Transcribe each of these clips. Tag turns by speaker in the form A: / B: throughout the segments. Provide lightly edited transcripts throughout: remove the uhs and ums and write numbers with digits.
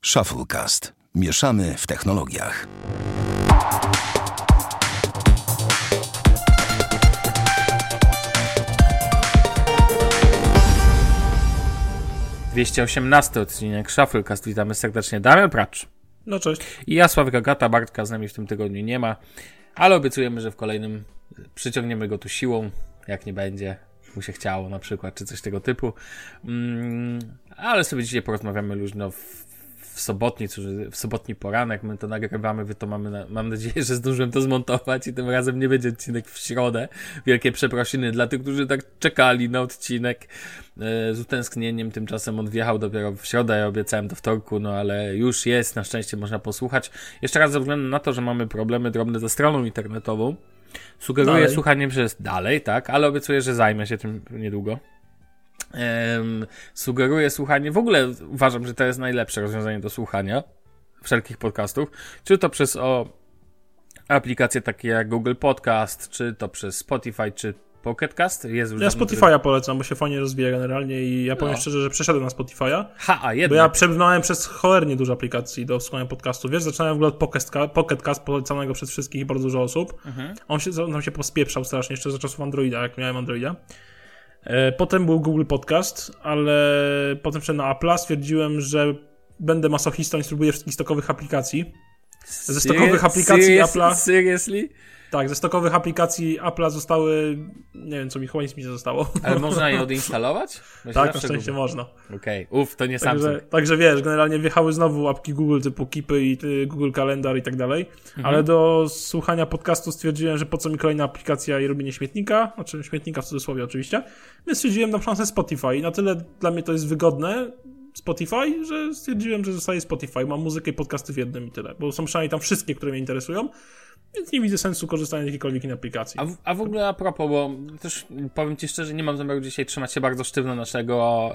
A: Shufflecast. Mieszamy w technologiach.
B: ...218 odcinek Shufflecast. Witamy serdecznie. Damian Pracz.
C: No cześć.
B: I ja, Sławek Agata. Bartka z nami w tym tygodniu nie ma. Ale obiecujemy, że w kolejnym przyciągniemy go tu siłą, jak nie będzie mu się chciało na przykład, czy coś tego typu. Ale sobie dzisiaj porozmawiamy luźno w sobotni poranek. My to nagrywamy, wy to mamy, mam nadzieję, że zdążyłem to zmontować i tym razem nie będzie odcinek w środę. Wielkie przeprosiny dla tych, którzy tak czekali na odcinek z utęsknieniem. Tymczasem on wjechał dopiero w środę, ja obiecałem do wtorku, no ale już jest, na szczęście można posłuchać. Jeszcze raz ze względu na to, że mamy problemy drobne ze stroną internetową, sugeruję słuchanie przez dalej, tak, ale obiecuję, że zajmę się tym niedługo. Sugeruję słuchanie, w ogóle uważam, że to jest najlepsze rozwiązanie do słuchania wszelkich podcastów, czy to przez aplikacje takie jak Google Podcast, czy to przez Spotify, czy Pocket Cast. Jest już
C: ja Spotify'a polecam, bo się fajnie rozwija generalnie i ja powiem szczerze, że przeszedłem na Spotify'a, bo ja przebrnąłem przez cholernie dużo aplikacji do słuchania podcastów. Wiesz, zaczynałem w ogóle od Pocket Cast polecanego przez wszystkich i bardzo dużo osób. On się pospieprzał strasznie jeszcze za czasów Androida, jak miałem Androida. Potem był Google Podcast, ale potem przed na Apple'a stwierdziłem, że będę masochistą i spróbuję wszystkich stokowych aplikacji. Ze stokowych aplikacji Apple'a...
B: Seriously?
C: Tak, ze stokowych aplikacji Apple'a zostały... Nie wiem, co mi chyba nic mi nie zostało.
B: Ale można je odinstalować?
C: Tak, na szczęście można.
B: Okej, to nie Samsung.
C: Także wiesz, generalnie wjechały znowu apki Google typu Keepy i Google Kalendar i tak dalej, ale do słuchania podcastu stwierdziłem, że po co mi kolejna aplikacja i robienie śmietnika, znaczy śmietnika w cudzysłowie oczywiście, więc stwierdziłem na szansę Spotify i na tyle dla mnie to jest wygodne, Spotify, że stwierdziłem, że zostaje Spotify. Mam muzykę i podcasty w jednym i tyle, bo są przynajmniej tam wszystkie, które mnie interesują, więc nie widzę sensu korzystania z jakiejkolwiek innej aplikacji.
B: A w ogóle a propos, bo też powiem Ci szczerze, nie mam zamiaru dzisiaj trzymać się bardzo sztywno naszego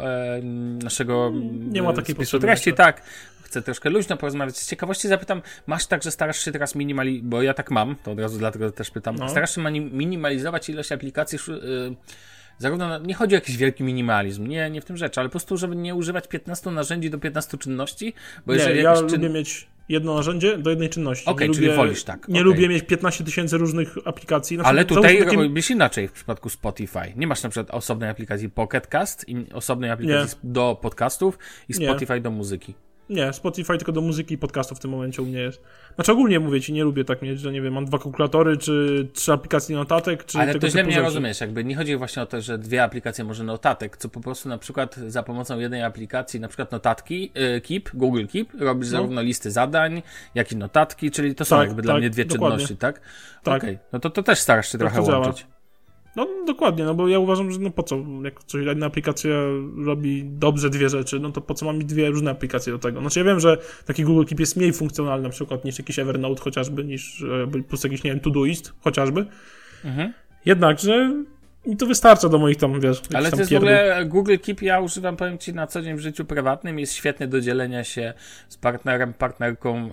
C: nie ma takiej potrzeby.
B: Treści, tak. Chcę troszkę luźno porozmawiać. Z ciekawości zapytam, masz tak, że starasz się teraz bo ja tak mam, to od razu dlatego też pytam, starasz się minimalizować ilość aplikacji, zarówno, nie chodzi o jakiś wielki minimalizm, nie w tym rzecz, ale po prostu, żeby nie używać 15 narzędzi do 15 czynności, bo jeżeli
C: ja lubię mieć jedno narzędzie do jednej czynności.
B: Okej, czyli wolisz tak.
C: Nie lubię mieć 15 000 różnych aplikacji.
B: Ale tutaj robisz inaczej w przypadku Spotify. Nie masz na przykład osobnej aplikacji Pocket Cast i osobnej aplikacji do podcastów i Spotify do muzyki.
C: Nie, Spotify tylko do muzyki i podcastów w tym momencie u mnie jest. Znaczy ogólnie mówię ci, nie lubię tak mieć, że nie wiem, mam 2 kalkulatory, czy 3 aplikacje notatek, czy
B: ale
C: tego
B: to źle mnie
C: rzeczy.
B: rozumiesz, jakby nie chodzi właśnie o to, że 2 aplikacje może notatek, co po prostu na przykład za pomocą jednej aplikacji, na przykład notatki, Keep, Google Keep, robisz zarówno listy zadań, jak i notatki, czyli to są jakby dla mnie 2 czynności, tak?
C: Tak.
B: Okej. No to też starasz się trochę łączyć.
C: No dokładnie, no bo ja uważam, że no po co, jak jedna aplikacja robi dobrze 2 rzeczy, no to po co mam mieć 2 różne aplikacje do tego? Znaczy ja wiem, że taki Google Keep jest mniej funkcjonalny na przykład niż jakiś Evernote chociażby, niż plus jakiś, nie wiem, Todoist chociażby. Jednakże mi to wystarcza do moich tam, wiesz,
B: ale to jest w ogóle Google Keep, ja używam, powiem ci, na co dzień w życiu prywatnym, jest świetny do dzielenia się z partnerem, partnerką,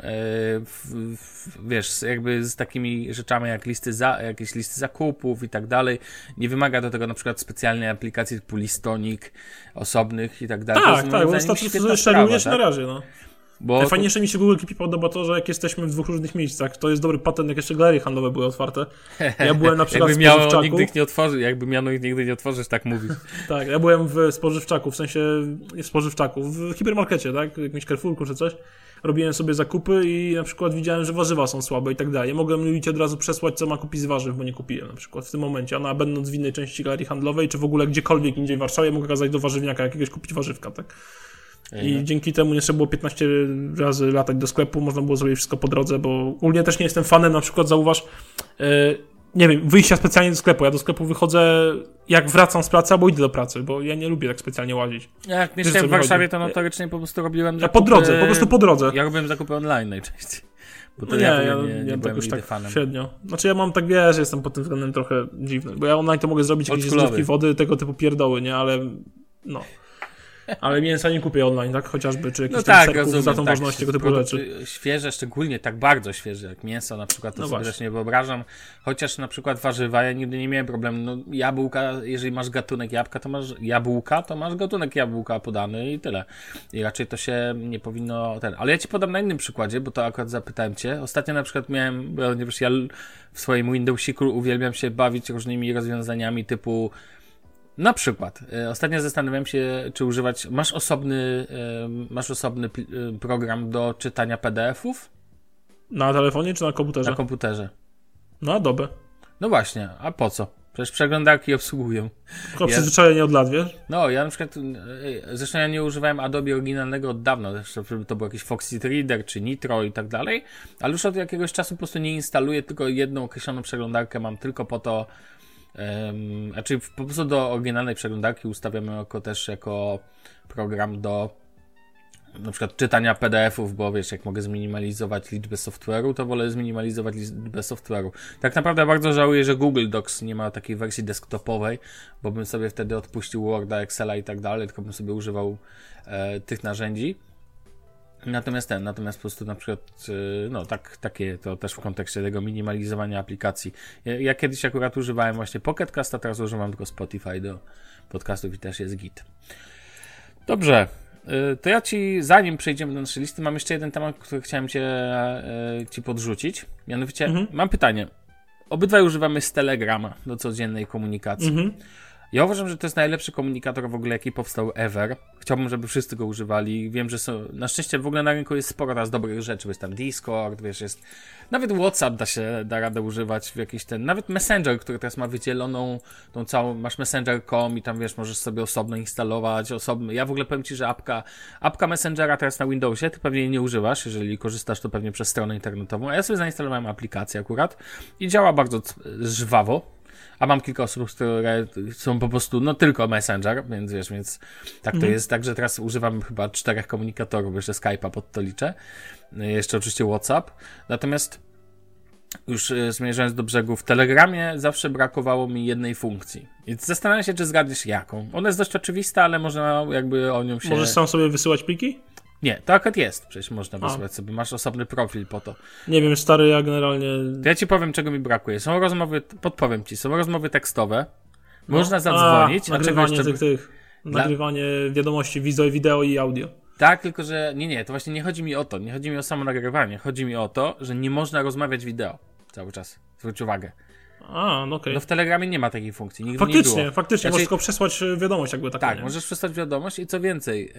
B: wiesz, jakby z takimi rzeczami jak jakieś listy zakupów i tak dalej. Nie wymaga do tego na przykład specjalnej aplikacji typu Listonik, osobnych i tak dalej.
C: Tak, bo wystarczy, że szerujesz na razie, no.
B: Bo
C: najfajniejsze mi się Google Keep podoba to, że jak jesteśmy w 2 różnych miejscach, to jest dobry patent, jak jeszcze galerie handlowe były otwarte. Ja byłem na przykład w spożywczaku.
B: Jakby miano ich nigdy nie otworzysz, tak mówisz.
C: Tak, ja byłem w spożywczaku, w sensie nie w spożywczaku, w hipermarkecie, tak, w jakimś Carrefourku czy coś. Robiłem sobie zakupy i na przykład widziałem, że warzywa są słabe i tak dalej. Mogłem ludziom od razu przesłać, co ma kupić z warzyw, bo nie kupiłem na przykład w tym momencie. A będąc w innej części galerii handlowej, czy w ogóle gdziekolwiek indziej w Warszawie, mogę kazać do warzywniaka jakiegoś kupić warzywka, tak. I dzięki temu nie trzeba było 15 razy latać do sklepu, można było zrobić wszystko po drodze, bo ogólnie też nie jestem fanem, na przykład zauważ, nie wiem, wyjścia specjalnie do sklepu. Ja do sklepu wychodzę, jak wracam z pracy, albo idę do pracy, bo ja nie lubię tak specjalnie łazić.
B: Jak mieszkałem w Warszawie, to notorycznie po prostu robiłem zakupy...
C: po prostu po drodze.
B: Ja robiłem zakupy online najczęściej. Bo to
C: ja byłem tak fanem. Średnio. Znaczy ja mam tak, wiesz, jestem pod tym względem trochę dziwny, bo ja online to mogę zrobić jakieś zlewki wody, tego typu pierdoły, nie, ale no... Ale mięsa nie kupię online, tak? Chociażby, czy jakiś
B: No
C: tam
B: tak,
C: serków
B: rozumiem,
C: za tą
B: tak,
C: ważność tego typu rzeczy.
B: świeże, szczególnie tak bardzo świeże, jak mięso na przykład, to
C: No
B: sobie
C: właśnie.
B: też nie wyobrażam. Chociaż na przykład warzywa, ja nigdy nie miałem problemu. No, jabłka, jeżeli masz gatunek jabłka, to masz jabłka, to masz gatunek jabłka podany i tyle. I raczej to się nie powinno... Ale ja ci podam na innym przykładzie, bo to akurat zapytałem cię. Ostatnio na przykład miałem, ponieważ ja w swoim Windowsiku uwielbiam się bawić różnymi rozwiązaniami typu na przykład, ostatnio zastanawiałem się, czy używać, masz osobny program do czytania PDF-ów?
C: Na telefonie czy na komputerze?
B: Na komputerze.
C: Na dobę.
B: No właśnie, a po co? Przecież przeglądarki obsługują.
C: Tylko przyzwyczajenie od lat, wiesz?
B: No, ja na przykład, zresztą ja nie używałem Adobe oryginalnego od dawna, zresztą to był jakiś Foxit Reader czy Nitro i tak dalej, ale już od jakiegoś czasu po prostu nie instaluję, tylko jedną określoną przeglądarkę mam tylko po to, znaczy po prostu do oryginalnej przeglądarki ustawiamy jako program do na przykład czytania PDF-ów, bo wiesz, jak mogę zminimalizować liczbę software'u, to wolę zminimalizować liczbę software'u. Tak naprawdę bardzo żałuję, że Google Docs nie ma takiej wersji desktopowej, bo bym sobie wtedy odpuścił Worda, Excela i tak dalej, tylko bym sobie używał tych narzędzi. Natomiast po prostu na przykład, no takie to też w kontekście tego minimalizowania aplikacji. Ja kiedyś akurat używałem właśnie Pocket Cast, a teraz używam tylko Spotify do podcastów i też jest git. Dobrze, to ja zanim przejdziemy do naszej listy, mam jeszcze jeden temat, który chciałem ci podrzucić. Mianowicie mam pytanie. Obydwaj używamy z Telegrama do codziennej komunikacji. Ja uważam, że to jest najlepszy komunikator w ogóle, jaki powstał ever. Chciałbym, żeby wszyscy go używali. Wiem, że na szczęście w ogóle na rynku jest sporo teraz dobrych rzeczy. Jest tam Discord, wiesz, jest... Nawet WhatsApp da radę używać w jakiś nawet Messenger, który teraz ma wydzieloną tą całą... Masz Messenger.com i tam, wiesz, możesz sobie osobno instalować, Ja w ogóle powiem ci, że apka Messengera teraz na Windowsie, ty pewnie jej nie używasz. Jeżeli korzystasz, to pewnie przez stronę internetową. A ja sobie zainstalowałem aplikację akurat i działa bardzo żwawo. A mam kilka osób, które są po prostu, tylko Messenger, więc tak to jest. Także teraz używam chyba 4 komunikatorów, jeszcze Skype'a pod to liczę. Jeszcze oczywiście WhatsApp. Natomiast już zmierzając do brzegu, w Telegramie zawsze brakowało mi jednej funkcji. I zastanawiam się, czy zgadniesz jaką. Ona jest dość oczywista, ale można jakby o nią się...
C: Możesz sam sobie wysyłać pliki?
B: Nie, to akurat jest. Przecież można wysłać sobie. Masz osobny profil po to.
C: Nie wiem, stary, ja generalnie...
B: To ja ci powiem, czego mi brakuje. Podpowiem ci. Są rozmowy tekstowe. Można zadzwonić.
C: Nagrywanie nagrywanie wiadomości wideo i audio.
B: Tak, tylko że... Nie, to właśnie nie chodzi mi o to. Nie chodzi mi o samo nagrywanie. Chodzi mi o to, że nie można rozmawiać wideo cały czas. Zwróć uwagę.
C: No okej.
B: No w Telegramie nie ma takiej funkcji. Nigdy nie było.
C: Faktycznie. Możesz tylko przesłać wiadomość jakby taką.
B: Tak, możesz przesłać wiadomość i co więcej...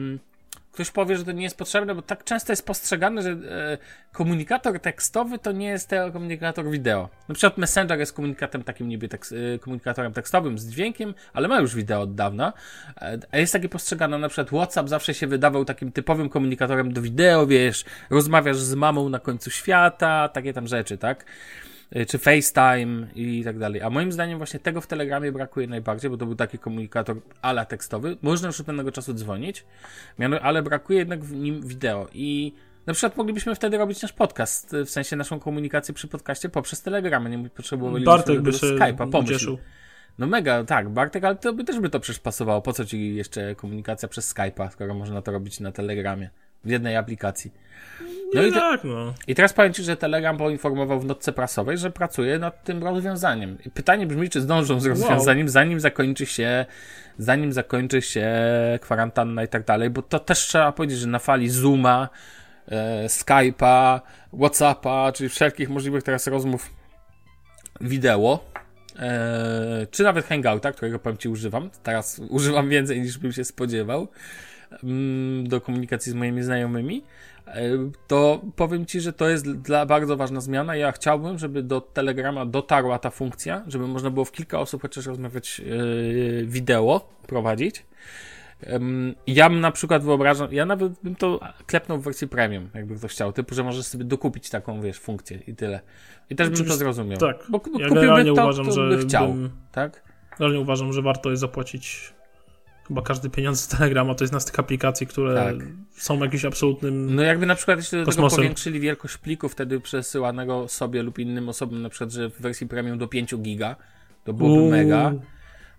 B: Ktoś powie, że to nie jest potrzebne, bo tak często jest postrzegane, że komunikator tekstowy to nie jest komunikator wideo. Na przykład Messenger jest komunikatem takim niby komunikatorem tekstowym z dźwiękiem, ale ma już wideo od dawna. A jest takie postrzegane, na przykład WhatsApp zawsze się wydawał takim typowym komunikatorem do wideo, wiesz, rozmawiasz z mamą na końcu świata, takie tam rzeczy, tak? Czy FaceTime i tak dalej. A moim zdaniem właśnie tego w Telegramie brakuje najbardziej, bo to był taki komunikator ala tekstowy. Można już od pewnego czasu dzwonić, ale brakuje jednak w nim wideo. I na przykład moglibyśmy wtedy robić nasz podcast, w sensie naszą komunikację przy podcaście poprzez Telegramę. Nie potrzebowalibyśmy
C: Bartek by się
B: Skype'a,
C: ucieszył.
B: No mega, tak, Bartek, ale to też by to przecież pasowało. Po co ci jeszcze komunikacja przez Skype'a, skoro można to robić na Telegramie, w jednej aplikacji. I teraz powiem ci, że Telegram poinformował w notce prasowej, że pracuje nad tym rozwiązaniem. I pytanie brzmi, czy zdążą z rozwiązaniem, zanim zakończy się kwarantanna i tak dalej, bo to też trzeba powiedzieć, że na fali Zooma, Skype'a, WhatsAppa, czyli wszelkich możliwych teraz rozmów wideo, czy nawet Hangouta, którego powiem ci używam. Teraz używam więcej niż bym się spodziewał do komunikacji z moimi znajomymi. To powiem ci, że to jest bardzo ważna zmiana. Ja chciałbym, żeby do Telegrama dotarła ta funkcja, żeby można było w kilka osób chociaż rozmawiać wideo, prowadzić. Ja na przykład ja nawet bym to klepnął w wersji premium, jakby ktoś chciał, typu, że możesz sobie dokupić taką, wiesz, funkcję i tyle. I też bym to zrozumiał.
C: Tak.
B: Bo
C: ja
B: kupiłby to,
C: uważam,
B: by chciał, tak?
C: Realnie uważam, że warto jest zapłacić chyba każdy pieniądz z Telegrama, to jest na z tych aplikacji, które są jakimś absolutnym
B: No jakby na przykład jeśli do
C: kosmosem.
B: tego powiększyli wielkość pliku wtedy przesyłanego sobie lub innym osobom, na przykład, że w wersji premium do 5 giga, to byłoby mega.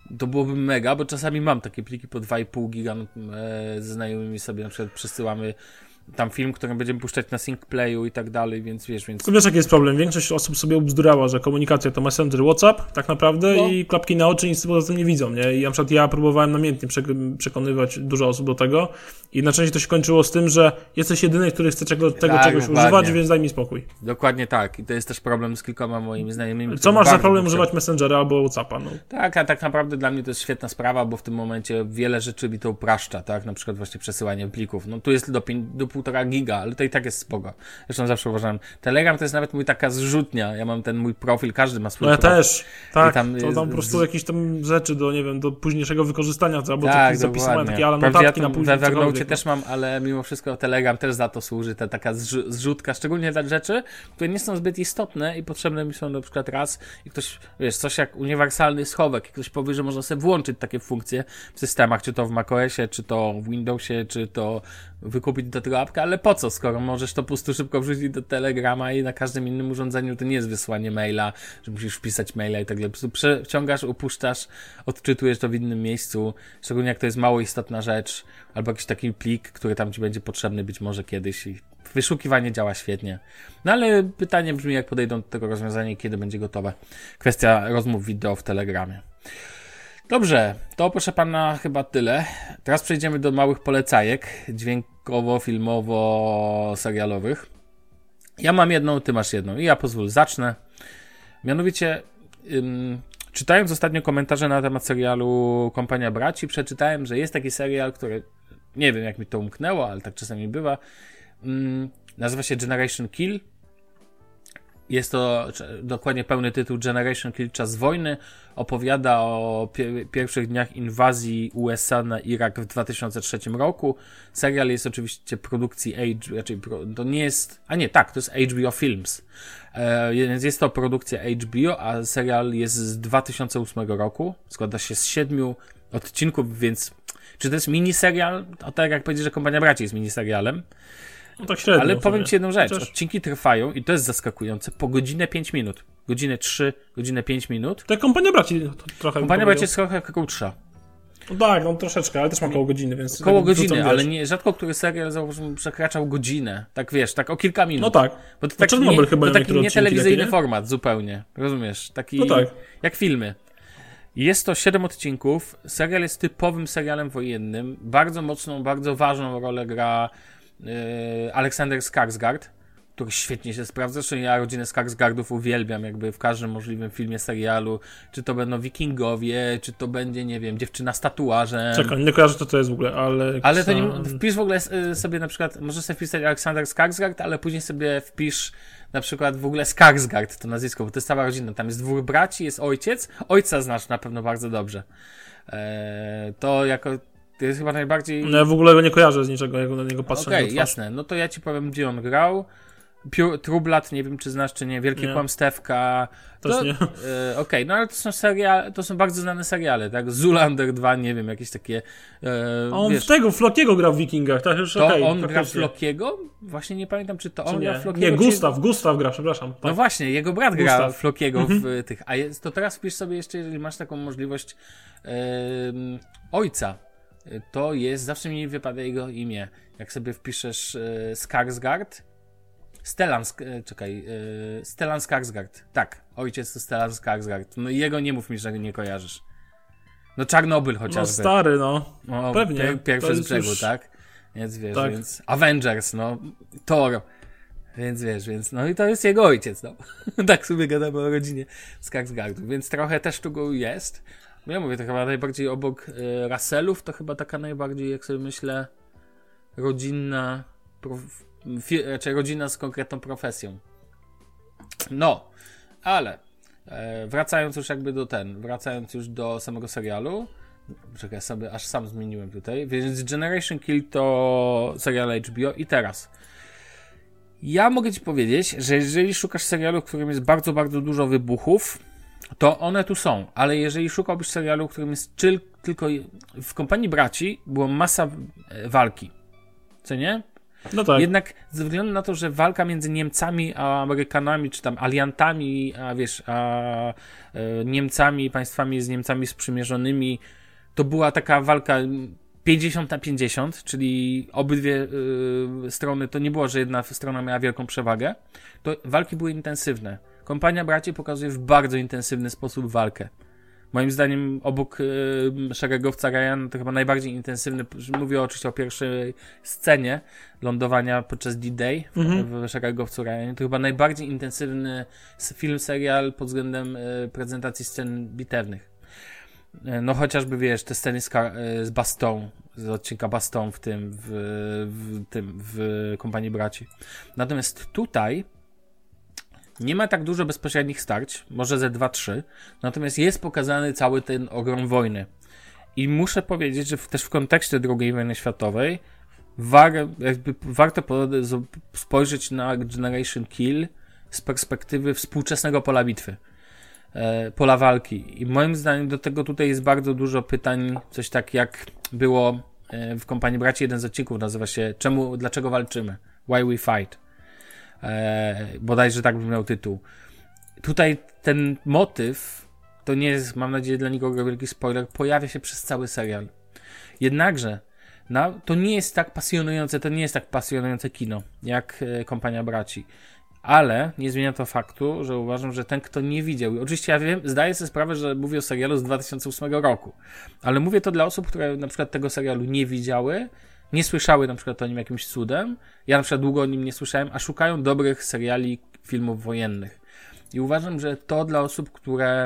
B: to byłoby mega, bo czasami mam takie pliki po 2,5 giga ze znajomymi sobie na przykład przesyłamy tam film, który będziemy puszczać na SyncPlayu i tak dalej, więc wiesz,
C: Wiesz, jaki jest problem? Większość osób sobie ubzdurała, że komunikacja to Messenger, WhatsApp tak naprawdę i klapki na oczy nic poza tym nie widzą, nie? I na przykład ja próbowałem namiętnie przekonywać dużo osób do tego i na części to się kończyło z tym, że jesteś jedyny, który chce czegoś używać, więc daj mi spokój.
B: Dokładnie tak. I to jest też problem z kilkoma moimi znajomymi.
C: Co masz za problem używać Messengera albo WhatsAppa? No.
B: Tak, a tak naprawdę dla mnie to jest świetna sprawa, bo w tym momencie wiele rzeczy mi to upraszcza, tak? Na przykład właśnie przesyłanie plików. No tu jest do 1,5 giga, ale to i tak jest spoko. Zresztą zawsze uważałem. Telegram to jest nawet mój taka zrzutnia. Ja mam ten mój profil, każdy ma swój profil.
C: Ja też. Tak,
B: tam,
C: to tam po prostu jakieś tam rzeczy do, nie wiem, do późniejszego wykorzystania, albo
B: tak,
C: jakieś zapisy mają takie, ale notatki na później.
B: We Evernote też mam, ale mimo wszystko Telegram też za to służy. Ta taka zrzutka, szczególnie dla rzeczy, które nie są zbyt istotne i potrzebne mi są na przykład raz i ktoś, wiesz, coś jak uniwersalny schowek, ktoś powie, że można sobie włączyć takie funkcje w systemach, czy to w macOSie, czy to w Windowsie, czy to wykupić do tego apkę, ale po co, skoro możesz to po prostu szybko wrzucić do Telegrama i na każdym innym urządzeniu to nie jest wysłanie maila, że musisz wpisać maila i tak dalej. Po prostu przeciągasz, upuszczasz, odczytujesz to w innym miejscu, szczególnie jak to jest mało istotna rzecz, albo jakiś taki plik, który tam ci będzie potrzebny być może kiedyś i wyszukiwanie działa świetnie. No ale pytanie brzmi, jak podejdą do tego rozwiązania i kiedy będzie gotowe. Kwestia rozmów wideo w Telegramie. Dobrze, to proszę pana chyba tyle. Teraz przejdziemy do małych polecajek dźwiękowo-filmowo-serialowych. Ja mam jedną, ty masz jedną i ja pozwól zacznę. Mianowicie czytając ostatnio komentarze na temat serialu Kompania Braci, przeczytałem, że jest taki serial, który nie wiem jak mi to umknęło, ale tak czasami bywa. Nazywa się Generation Kill. Jest to dokładnie pełny tytuł Generation Kill Czas Wojny. Opowiada o pierwszych dniach inwazji USA na Irak w 2003 roku. Serial jest oczywiście produkcji to nie jest... to jest HBO Films. Więc jest to produkcja HBO, a serial jest z 2008 roku. Składa się z 7 odcinków, więc... Czy to jest miniserial? O tak jak powiedzieć, że Kompania Braci jest miniserialem.
C: No tak średnio,
B: ale powiem ci jedną rzecz. Odcinki trwają, i to jest zaskakujące, po godzinę 5 minut. Godzinę 3, godzinę 5 minut.
C: To Kompania Braci trochę...
B: Kompania Braci jest trochę krótsza.
C: No tak, no troszeczkę, ale też ma koło godziny, więc...
B: Koło godziny, ale nie, rzadko który serial przekraczał godzinę. Tak wiesz, tak o kilka minut.
C: No tak.
B: Bo to taki, nie telewizyjny format zupełnie. Rozumiesz? Taki jak filmy. Jest to 7 odcinków. Serial jest typowym serialem wojennym. Bardzo mocną, bardzo ważną rolę gra Aleksander Skarsgård, który świetnie się sprawdza. Zresztą ja rodzinę Skarsgårdów uwielbiam jakby w każdym możliwym filmie, serialu. Czy to będą Wikingowie, czy to będzie, nie wiem, Dziewczyna z tatuażem.
C: Czekaj, nie kojarzę, co to jest w ogóle, ale...
B: Ale to nie... Wpisz w ogóle sobie na przykład, możesz sobie wpisać Aleksander Skarsgård, ale później sobie wpisz na przykład w ogóle Skarsgård, to nazwisko, bo to jest cała rodzina. Tam jest 2 braci, jest ojciec. Ojca znasz na pewno bardzo dobrze. To jest chyba najbardziej...
C: No ja w ogóle go nie kojarzę z niczego, jak na niego patrzę.
B: Okej, jasne. No to ja ci powiem, gdzie on grał. True Blood, nie wiem czy znasz, czy nie. Wielkie Kłamstewka.
C: Też nie.
B: Okej, no ale to są seriale, to są bardzo znane seriale, tak? Zoolander 2, nie wiem, jakieś takie...
C: A on w tego Flokiego grał w Wikingach, tak? Już
B: to on gra w Flokiego? Właśnie nie pamiętam, czy to on gra w Flokiego.
C: Nie, Gustaw gra, przepraszam. Tak.
B: No właśnie, jego brat gra w Flokiego w tych... A to teraz wpisz sobie jeszcze, jeżeli masz taką możliwość ojca. To jest, zawsze mi nie wypada jego imię. Jak sobie wpiszesz Skarsgård, Stellan Skarsgård. Tak, ojciec to Stellan Skarsgård. No i jego nie mów mi, że nie kojarzysz. No Czarnobyl chociażby.
C: No stary, no. Pewnie.
B: Pierwszy z brzegu, już... tak? Więc wiesz, tak. Więc Avengers, no. Thor. Więc wiesz, no i to jest jego ojciec, no. Tak sobie gadamy o rodzinie Skarsgårdów. Więc trochę też tu go jest. Ja mówię, to chyba najbardziej obok Russellów, to chyba taka najbardziej, jak sobie myślę, rodzinna, raczej rodzina z konkretną profesją. No, ale wracając już do samego serialu, czekaj, sobie aż sam zmieniłem tutaj, więc Generation Kill to serial HBO i teraz ja mogę ci powiedzieć, że jeżeli szukasz serialu, w którym jest bardzo, bardzo dużo wybuchów, to one tu są, ale jeżeli szukałbyś serialu, w którym jest tylko w Kompanii Braci była masa walki, co nie?
C: No tak.
B: Jednak ze względu na to, że walka między Niemcami a Amerykanami, czy tam aliantami, a Niemcami, państwami z Niemcami sprzymierzonymi, to była taka walka 50-50, czyli obydwie strony, to nie było, że jedna strona miała wielką przewagę, to walki były intensywne. Kompania Braci pokazuje w bardzo intensywny sposób walkę. Moim zdaniem obok szeregowca Ryan to chyba najbardziej intensywny, mówię oczywiście o pierwszej scenie lądowania podczas D-Day w szeregowcu Ryan, to chyba najbardziej intensywny film, serial pod względem prezentacji scen bitewnych. No chociażby wiesz, te sceny z Baston, z odcinka Baston w Kompanii Braci. Natomiast tutaj nie ma tak dużo bezpośrednich starć, może ze 2-3, natomiast jest pokazany cały ten ogrom wojny. I muszę powiedzieć, że też w kontekście II wojny światowej warto spojrzeć na Generation Kill z perspektywy współczesnego pola bitwy, pola walki. I moim zdaniem do tego tutaj jest bardzo dużo pytań, coś tak jak było w Kompanii Braci, jeden z odcinków nazywa się Dlaczego walczymy? Why we fight? Bodajże tak bym miał tytuł. Tutaj ten motyw, to nie jest, mam nadzieję, dla nikogo wielki spoiler, pojawia się przez cały serial. Jednakże to nie jest tak pasjonujące kino jak Kompania Braci. Ale nie zmienia to faktu, że uważam, że ten, kto nie widział, oczywiście ja wiem, zdaję sobie sprawę, że mówię o serialu z 2008 roku, ale mówię to dla osób, które na przykład tego serialu nie widziały, nie słyszały na przykład o nim jakimś cudem, ja na przykład długo o nim nie słyszałem, a szukają dobrych seriali, filmów wojennych. I uważam, że to dla osób, które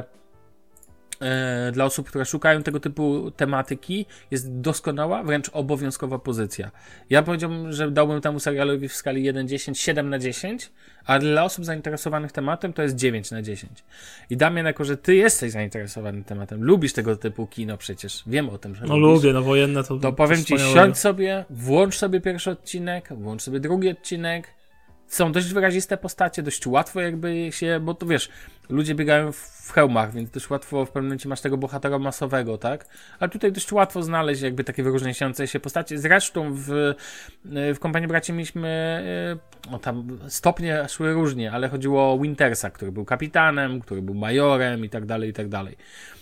B: szukają tego typu tematyki, jest doskonała, wręcz obowiązkowa pozycja. Ja powiedziałbym, że dałbym temu serialowi w skali 1/10, 7/10, a dla osób zainteresowanych tematem to jest 9/10. I Damian, jako że ty jesteś zainteresowany tematem, lubisz tego typu kino przecież, wiem o tym, że lubisz.
C: Lubię, wojenne to
B: powiem ci, siądź sobie, włącz sobie pierwszy odcinek, włącz sobie drugi odcinek. Są dość wyraziste postacie, dość łatwo jakby się, bo to wiesz, ludzie biegają w hełmach, więc dość łatwo w pewnym momencie masz tego bohatera masowego, tak? Ale tutaj dość łatwo znaleźć jakby takie wyróżniające się postacie. Zresztą w Kompanii Braci mieliśmy, tam stopnie szły różnie, ale chodziło o Wintersa, który był kapitanem, który był majorem i tak dalej, i tak dalej.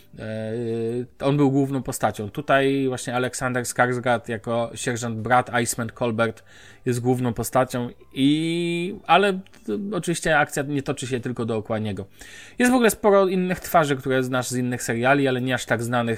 B: On był główną postacią. Tutaj właśnie Alexander Skarsgård jako sierżant Brad Iceman Colbert jest główną postacią, ale oczywiście akcja nie toczy się tylko dookoła niego. Jest w ogóle sporo innych twarzy, które znasz z innych seriali, ale nie aż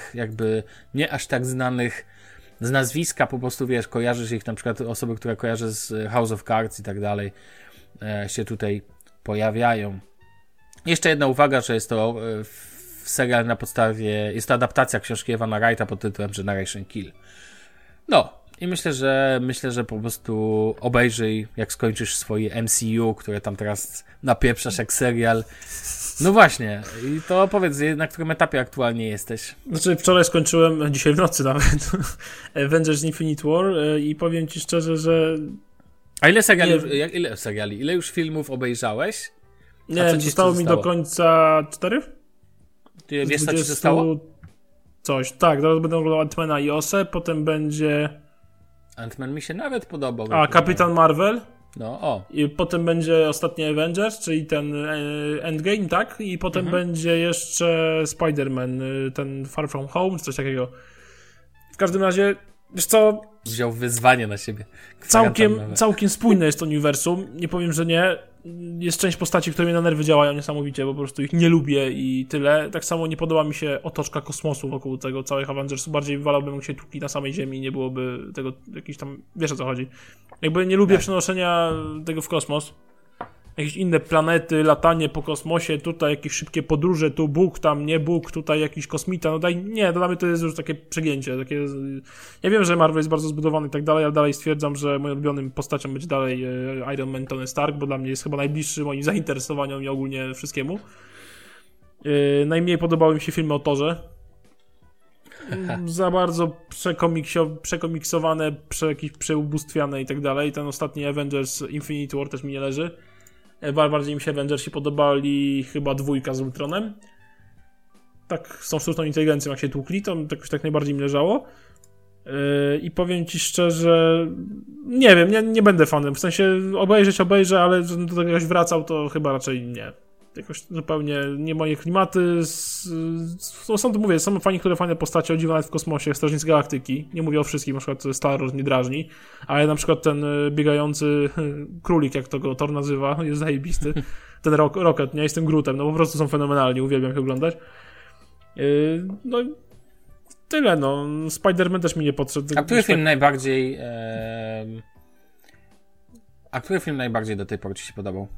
B: tak znanych z nazwiska, po prostu wiesz, kojarzysz ich, na przykład osoby, które kojarzę z House of Cards i tak dalej, się tutaj pojawiają. Jeszcze jedna uwaga, że jest to serial na podstawie, jest to adaptacja książki Evana Wrighta pod tytułem Generation Kill. No, i myślę, że po prostu obejrzyj, jak skończysz swoje MCU, które tam teraz napieprzasz jak serial. No właśnie, i to powiedz, na którym etapie aktualnie jesteś?
C: Znaczy, wczoraj skończyłem, dzisiaj w nocy nawet, Avengers Infinite War i powiem ci szczerze, że...
B: A ile seriali, ile już filmów obejrzałeś?
C: Nie, zostało mi do końca 4?
B: Wiesz, co ci zostało?
C: Coś, tak, teraz będę oglądał Ant-Mana i Osę, potem będzie...
B: Ant-Man mi się nawet podobał.
C: Kapitan Marvel.
B: No, o.
C: I potem będzie ostatni Avengers, czyli ten Endgame, tak? I potem będzie jeszcze Spider-Man, ten Far From Home, czy coś takiego. W każdym razie, wiesz co...
B: Wziął wyzwanie na siebie.
C: Całkiem spójne jest to uniwersum. Nie powiem, że nie. Jest część postaci, które mnie na nerwy działają niesamowicie, bo po prostu ich nie lubię i tyle. Tak samo nie podoba mi się otoczka kosmosu wokół tego całych Avengersów. Bardziej wolałbym, jak się tłukli na samej ziemi, nie byłoby tego jakiś tam... Wiesz, o co chodzi. Jakby nie lubię przenoszenia tego w kosmos. Jakieś inne planety, latanie po kosmosie, tutaj jakieś szybkie podróże, tu Bóg, tam nie Bóg, tutaj jakiś kosmita, nie, dla mnie to jest już takie przegięcie, takie... Ja wiem, że Marvel jest bardzo zbudowany i tak dalej, ale dalej stwierdzam, że moim ulubionym postacią będzie dalej Iron Man, Tony Stark, bo dla mnie jest chyba najbliższy moim zainteresowaniom i ogólnie wszystkiemu. Najmniej podobały mi się filmy o Thorze. Za bardzo przekomiksowane, jakieś przeubóstwiane i tak dalej. Ten ostatni Avengers Infinite War też mi nie leży. Bardziej mi się Avengersi podobali chyba 2 z Ultronem. Tak, z tą sztuczną inteligencją jak się tłukli, to jakoś tak najbardziej mi leżało. I powiem ci szczerze, nie wiem, nie będę fanem. W sensie obejrzę, ale żebym do tego jakoś wracał, to chyba raczej nie. Jakoś zupełnie nie moje klimaty. Są to, mówię, są fajne postacie, o dziwo nawet w kosmosie, Strażnicy Galaktyki. Nie mówię o wszystkich, na przykład Star Wars nie drażni, ale na przykład ten biegający królik, jak to go Thor nazywa, jest zajebisty. Ten Rocket, nie? Jestem Grootem, no po prostu są fenomenalni, uwielbiam ich oglądać. No tyle, no. Spider-Man też mi nie podszedł.
B: A który film najbardziej... A który film najbardziej do tej pory ci się podobał?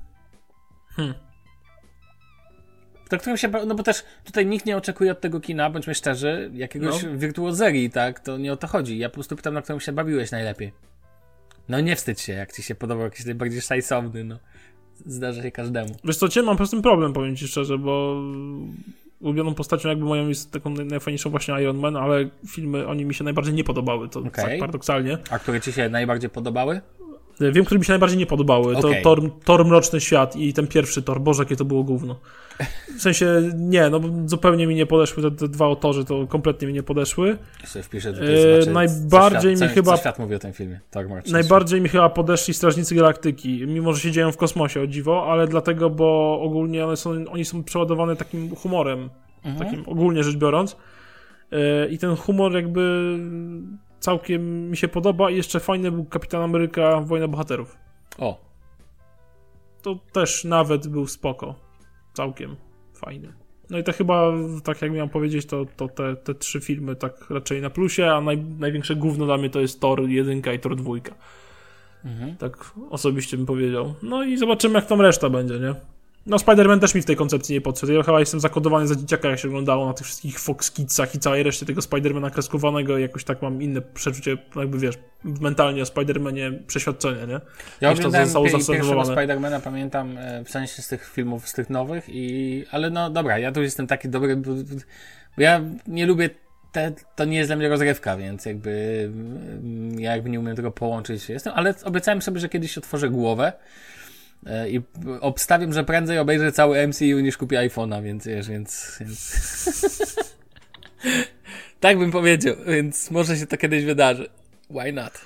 B: To, którym się... No bo też tutaj nikt nie oczekuje od tego kina, bądźmy szczerzy, jakiegoś wirtuozerii, tak? To nie o to chodzi. Ja po prostu pytam, na którym się bawiłeś najlepiej. No nie wstydź się, jak ci się podobał jakiś najbardziej szajsowny, no. Zdarza się każdemu.
C: Wiesz co, mam po prostu problem, powiem ci szczerze, bo ulubioną postacią jakby moją jest taką najfajniejszą właśnie Iron Man, ale filmy, oni mi się najbardziej nie podobały, to tak paradoksalnie.
B: A które ci się najbardziej podobały?
C: Wiem, które mi się najbardziej nie podobały. Okay. To Thor Mroczny Świat i ten pierwszy Thor. Boże, jakie to było gówno. W sensie, nie, no najbardziej mi nie podeszły te dwa o Torze, to kompletnie mi nie podeszły.
B: Jeszcze wpiszę tutaj,
C: najbardziej mi chyba...
B: Co świat mówi o tym filmie?
C: Najbardziej mi chyba podeszli Strażnicy Galaktyki, mimo że się dzieją w kosmosie, o dziwo, ale dlatego, bo ogólnie oni są przeładowane takim humorem, takim ogólnie rzecz biorąc. I ten humor jakby... całkiem mi się podoba i jeszcze fajny był Kapitan Ameryka Wojna Bohaterów.
B: O.
C: To też nawet był spoko. Całkiem fajny. No i to chyba, tak jak miałem powiedzieć, to te trzy filmy tak raczej na plusie, a największe gówno dla mnie to jest Thor 1 i Thor 2. Tak osobiście bym powiedział. No i zobaczymy, jak tam reszta będzie, nie? No Spider-Man też mi w tej koncepcji nie podszedł. Ja chyba jestem zakodowany za dzieciaka, jak się oglądało na tych wszystkich Fox Kidsach i całej reszcie tego Spider-Mana kreskowanego i jakoś tak mam inne przeczucie, jakby wiesz, mentalnie o Spider-Manie przeświadczenie, nie?
B: Ja oglądałem pierwszego Spider-Mana, pamiętam, w sensie z tych filmów, z tych nowych ale no dobra, ja tu jestem taki dobry, bo ja nie lubię to nie jest dla mnie rozrywka, więc ja nie umiem tego połączyć, ale obiecałem sobie, że kiedyś otworzę głowę i obstawiam, że prędzej obejrzę cały MCU niż kupię iPhone'a, więc... tak bym powiedział, więc może się to kiedyś wydarzy. Why not?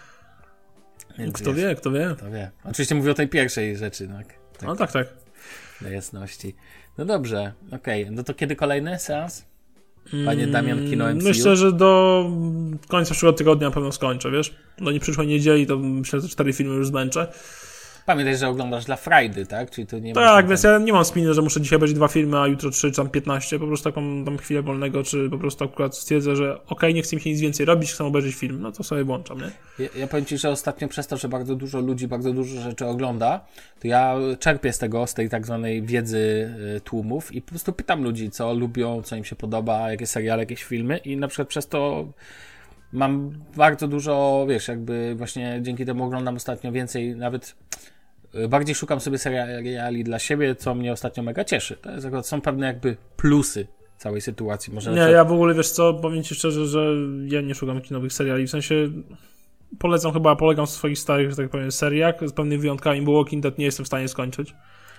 B: Więc
C: kto wie.
B: Oczywiście mówię o tej pierwszej rzeczy, tak?
C: No tak.
B: Dla jasności. No dobrze, okej. No to kiedy kolejny seans? Panie Damian, kino MCU?
C: Myślę, że do końca przyszłego tygodnia na pewno skończę, wiesz? Do przyszłej niedzieli to myślę, że 4 filmy już zmęczę.
B: Pamiętaj, że oglądasz dla frajdy, tak? Czyli to nie
C: tak, więc ja nie mam spiny, że muszę dzisiaj obejrzeć 2 filmy, a jutro 3 czy tam 15. Po prostu taką tam chwilę wolnego, czy po prostu akurat stwierdzę, że nie chcę mi się nic więcej robić, chcę obejrzeć film. No to sobie włączam, nie?
B: Ja powiem ci, że ostatnio przez to, że bardzo dużo ludzi bardzo dużo rzeczy ogląda, to ja czerpię z tej tak zwanej wiedzy tłumów i po prostu pytam ludzi, co lubią, co im się podoba, jakie seriale, jakieś filmy i na przykład przez to mam bardzo dużo, wiesz, właśnie dzięki temu oglądam ostatnio więcej, nawet bardziej szukam sobie seriali dla siebie, co mnie ostatnio mega cieszy. To jest, są pewne plusy całej sytuacji. Może
C: ja w ogóle, wiesz co, powiem ci szczerze, że ja nie szukam nowych seriali, w sensie polegam w swoich starych, że tak powiem, seriach, z pewnymi wyjątkami, bo Walking Dead nie jestem w stanie skończyć.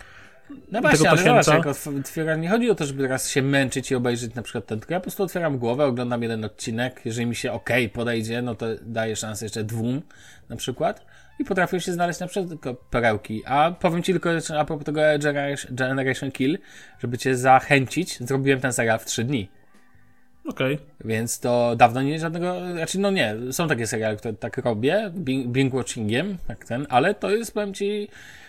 B: No właśnie, ale zobacz, jak otwieram, nie chodzi o to, żeby teraz się męczyć i obejrzeć na przykład ten, tylko ja po prostu otwieram głowę, oglądam jeden odcinek, jeżeli mi się podejdzie, no to daję szansę jeszcze 2 na przykład i potrafię się znaleźć na przykład tylko perełki, a powiem ci tylko a propos tego Generation Kill, żeby cię zachęcić, zrobiłem ten serial w 3 dni.
C: Okej.
B: Więc to dawno nie żadnego, nie, są takie seriale, które tak robię, binge-watchingiem, tak ale to jest, powiem ci,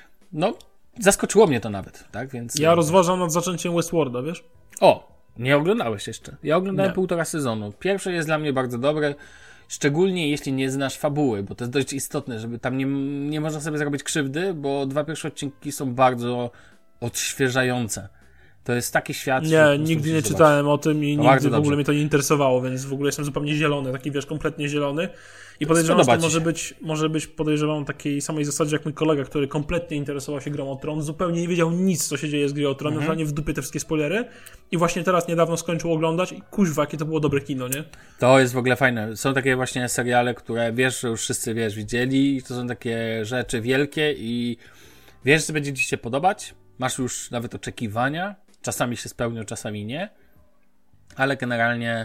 B: zaskoczyło mnie to nawet, tak? Więc
C: ja rozważam nad zaczęciem Westworlda, wiesz?
B: Nie oglądałeś jeszcze. Ja oglądałem 1,5 sezonu. Pierwszy jest dla mnie bardzo dobry, szczególnie jeśli nie znasz fabuły, bo to jest dość istotne, żeby tam nie można sobie zrobić krzywdy, bo 2 pierwsze odcinki są bardzo odświeżające. To jest taki świat...
C: Nie, nigdy nie czytałem o tym i nigdy w ogóle mnie to nie interesowało, więc w ogóle jestem zupełnie zielony, taki wiesz, kompletnie zielony. I podejrzewam, że to może być podejrzewam takiej samej zasadzie jak mój kolega, który kompletnie interesował się grą o Tron, zupełnie nie wiedział nic, co się dzieje z grą o Tron, normalnie w dupie te wszystkie spoilery i właśnie teraz niedawno skończył oglądać i kuźwa, jakie to było dobre kino, nie?
B: To jest w ogóle fajne. Są takie właśnie seriale, które wiesz, że już wszyscy widzieli i to są takie rzeczy wielkie i wiesz, że będzie ci się podobać, masz już nawet oczekiwania, czasami się spełnią, czasami nie, ale generalnie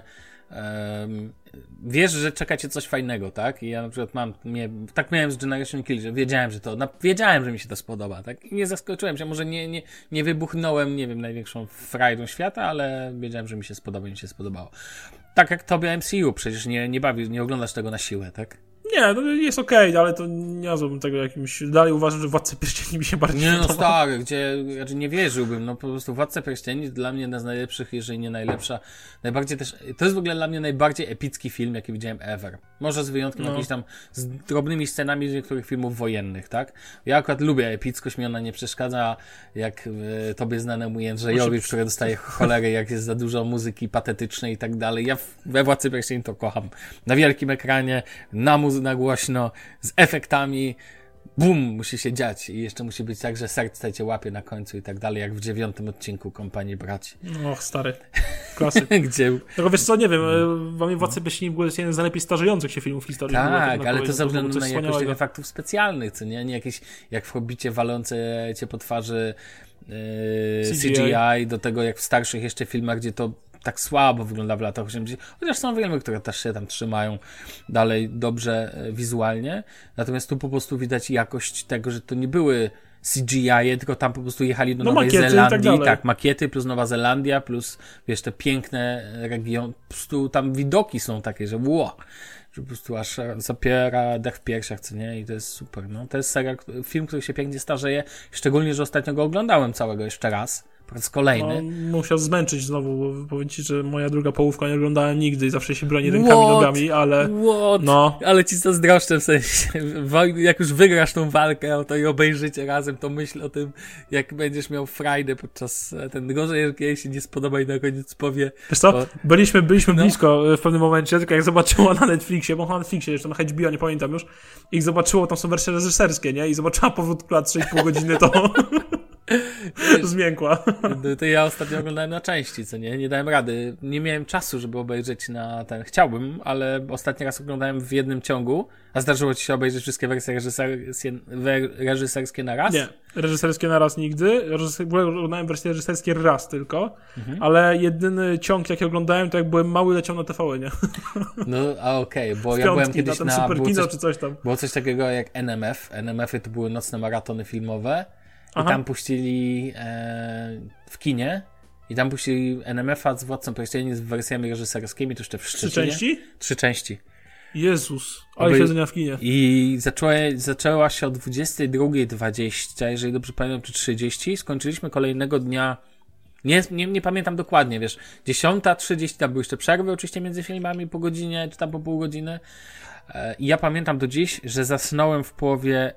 B: wiesz, że czeka cię coś fajnego, tak? I ja na przykład tak miałem z Generation Kill, że wiedziałem, że mi się to spodoba, tak? I nie zaskoczyłem się, może nie wybuchnąłem, nie wiem, największą frajdą świata, ale wiedziałem, że mi się spodoba i mi się spodobało. Tak jak tobie MCU, przecież nie oglądasz tego na siłę, tak?
C: Nie, no jest okej, ale to nie nazwałbym tego jakimś... Dalej uważam, że Władca Pierścieni mi się bardziej
B: Nie, no
C: podoba.
B: stary, znaczy nie wierzyłbym, no po prostu Władca Pierścieni dla mnie jedna z najlepszych, jeżeli nie najlepsza, najbardziej też, to jest w ogóle dla mnie najbardziej epicki film, jaki widziałem ever. Może z wyjątkiem jakichś tam, z drobnymi scenami z niektórych filmów wojennych, tak? Ja akurat lubię epickość, mi ona nie przeszkadza, jak tobie znanemu Jędrzejowi, który dostaje cholery, jak jest za dużo muzyki patetycznej i tak dalej. Ja we Władcy Pierścieni to kocham. Na wielkim ekranie, na głośno, z efektami, bum, musi się dziać i jeszcze musi być tak, że serce cię łapie na końcu i tak dalej, jak w 9 odcinku Kompanii Braci.
C: Och, stary. Klasyk.
B: Gdzie...
C: Tylko wiesz co, nie wiem, wam Władcy Pierścieni był jeden z najlepiej starzejących się filmów w historii.
B: Tak, ale to ze względu na jakość tych efektów specjalnych, co nie? Nie jakieś, jak w Hobbicie walące cię po twarzy CGI, do tego jak w starszych jeszcze filmach, gdzie to tak słabo wygląda w latach 80. Chociaż są filmy, które też się tam trzymają dalej dobrze wizualnie. Natomiast tu po prostu widać jakość tego, że to nie były CGI, tylko tam po prostu jechali do Nowej Zelandii. Tak, makiety plus Nowa Zelandia, plus wiesz, te piękne regiony. Po prostu tam widoki są takie, że że po prostu aż zapiera dech w piersiach, co nie? I to jest super. No, to jest film, który się pięknie starzeje. Szczególnie, że ostatnio go oglądałem całego jeszcze raz. Po raz kolejny.
C: No, musiał zmęczyć znowu, bo powiem ci, że moja druga połówka nie oglądałem nigdy i zawsze się broni rękami, nogami, ale... No.
B: Ale ci zazdroszczę, w sensie, jak już wygrasz tą walkę o to i obejrzycie razem, to myśl o tym, jak będziesz miał frajdę podczas ten gorzej, jak jej się nie spodoba i na koniec powie...
C: Wiesz co, byliśmy blisko w pewnym momencie, tylko jak zobaczyła na Netflixie, bo na Netflixie, jeszcze na HBO, nie pamiętam już, i jak zobaczyło, tam są wersje reżyserskie, nie? I zobaczyła powrót klat 6,5 godziny, to... zmiękła.
B: To ja ostatnio oglądałem na części, co nie? Nie dałem rady. Nie miałem czasu, żeby obejrzeć na ten. Chciałbym, ale ostatni raz oglądałem w jednym ciągu. A zdarzyło ci się obejrzeć wszystkie wersje reżyserskie na raz?
C: Nie, reżyserskie na raz nigdy. Oglądałem wersje reżyserskie raz tylko, ale jedyny ciąg, jaki oglądałem, to jak byłem mały, leciał na TVN, nie?
B: No, a okej, bo ja byłem kiedyś
C: na Super Kino czy coś tam.
B: Było coś takiego jak NMF. NMF-y to były nocne maratony filmowe. I tam puścili w kinie i tam puścili NMF-a z Władcą Pierścieni z wersjami reżyserskimi, to jeszcze w Szczecinie.
C: 3 części?
B: 3 części.
C: Jezus, ale siedzenia w kinie.
B: I zaczęła się o 22:20, jeżeli dobrze pamiętam, czy 30. Skończyliśmy kolejnego dnia, nie pamiętam dokładnie, wiesz, 10:30, tam były jeszcze przerwy oczywiście między filmami po godzinie, czy tam po pół godziny. I ja pamiętam do dziś, że zasnąłem w połowie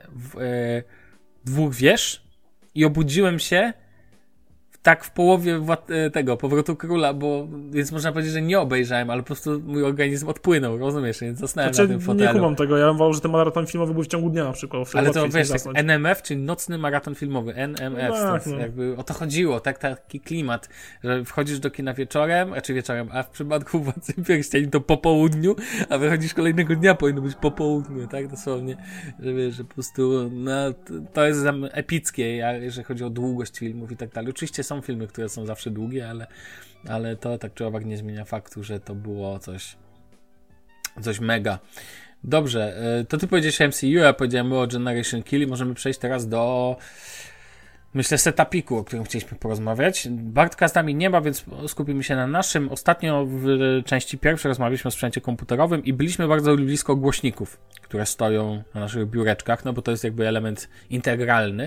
B: Dwóch wież i obudziłem się tak w połowie tego Powrotu Króla, więc można powiedzieć, że nie obejrzałem, ale po prostu mój organizm odpłynął, rozumiesz, więc zasnąłem na tym fotelu.
C: Nie kumam tego, ja bym wolał, że ten maraton filmowy był w ciągu dnia na przykład.
B: Ale to wiesz, tak, NMF, czyli nocny maraton filmowy, NMF, no tak, no. Jakby o to chodziło, taki klimat, że wchodzisz do kina wieczorem, a w przypadku Władcy Pierścieni to po południu, a wychodzisz kolejnego dnia, powinno być po południu, tak, dosłownie, że wiesz, że po prostu, no, to jest epickie, jeżeli chodzi o długość filmów i tak dalej. Oczywiście są filmy, które są zawsze długie, ale to tak czy owak nie zmienia faktu, że to było coś mega. Dobrze, to ty powiedziałeś MCU, ja powiedziałem o Generation Kill i możemy przejść teraz do, myślę, setupiku, o którym chcieliśmy porozmawiać. Bartka z nami nie ma, więc skupimy się na naszym. Ostatnio w części pierwszej rozmawialiśmy o sprzęcie komputerowym i byliśmy bardzo blisko głośników, które stoją na naszych biureczkach, no bo to jest jakby element integralny.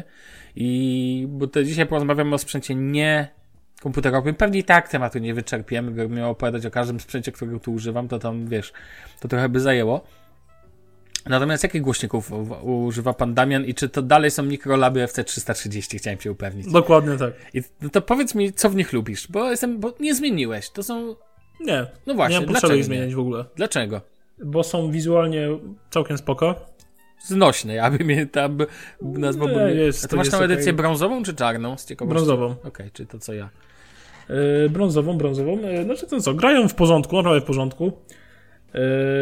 B: Bo to dzisiaj porozmawiamy o sprzęcie nie komputerowym. Pewnie i tak tematu nie wyczerpiemy, gdybym miał opowiadać o każdym sprzęcie, którego tu używam, to tam, wiesz, to trochę by zajęło. Natomiast jakich głośników używa pan Damian i czy to dalej są mikrolaby FC330? Chciałem się upewnić.
C: Dokładnie tak.
B: I to powiedz mi, co w nich lubisz, bo nie zmieniłeś. To są...
C: Nie.
B: No właśnie,
C: nie mam potrzeby ich zmieniać w ogóle.
B: Dlaczego?
C: Bo są wizualnie całkiem spoko.
B: Znośne, ja bym je tam nazwałbym... A ty masz tam edycję brązową czy czarną? Z ciekawości?
C: Brązową.
B: Okej, czyli to co ja.
C: Brązową. Znaczy to co, grają w porządku, naprawdę w porządku.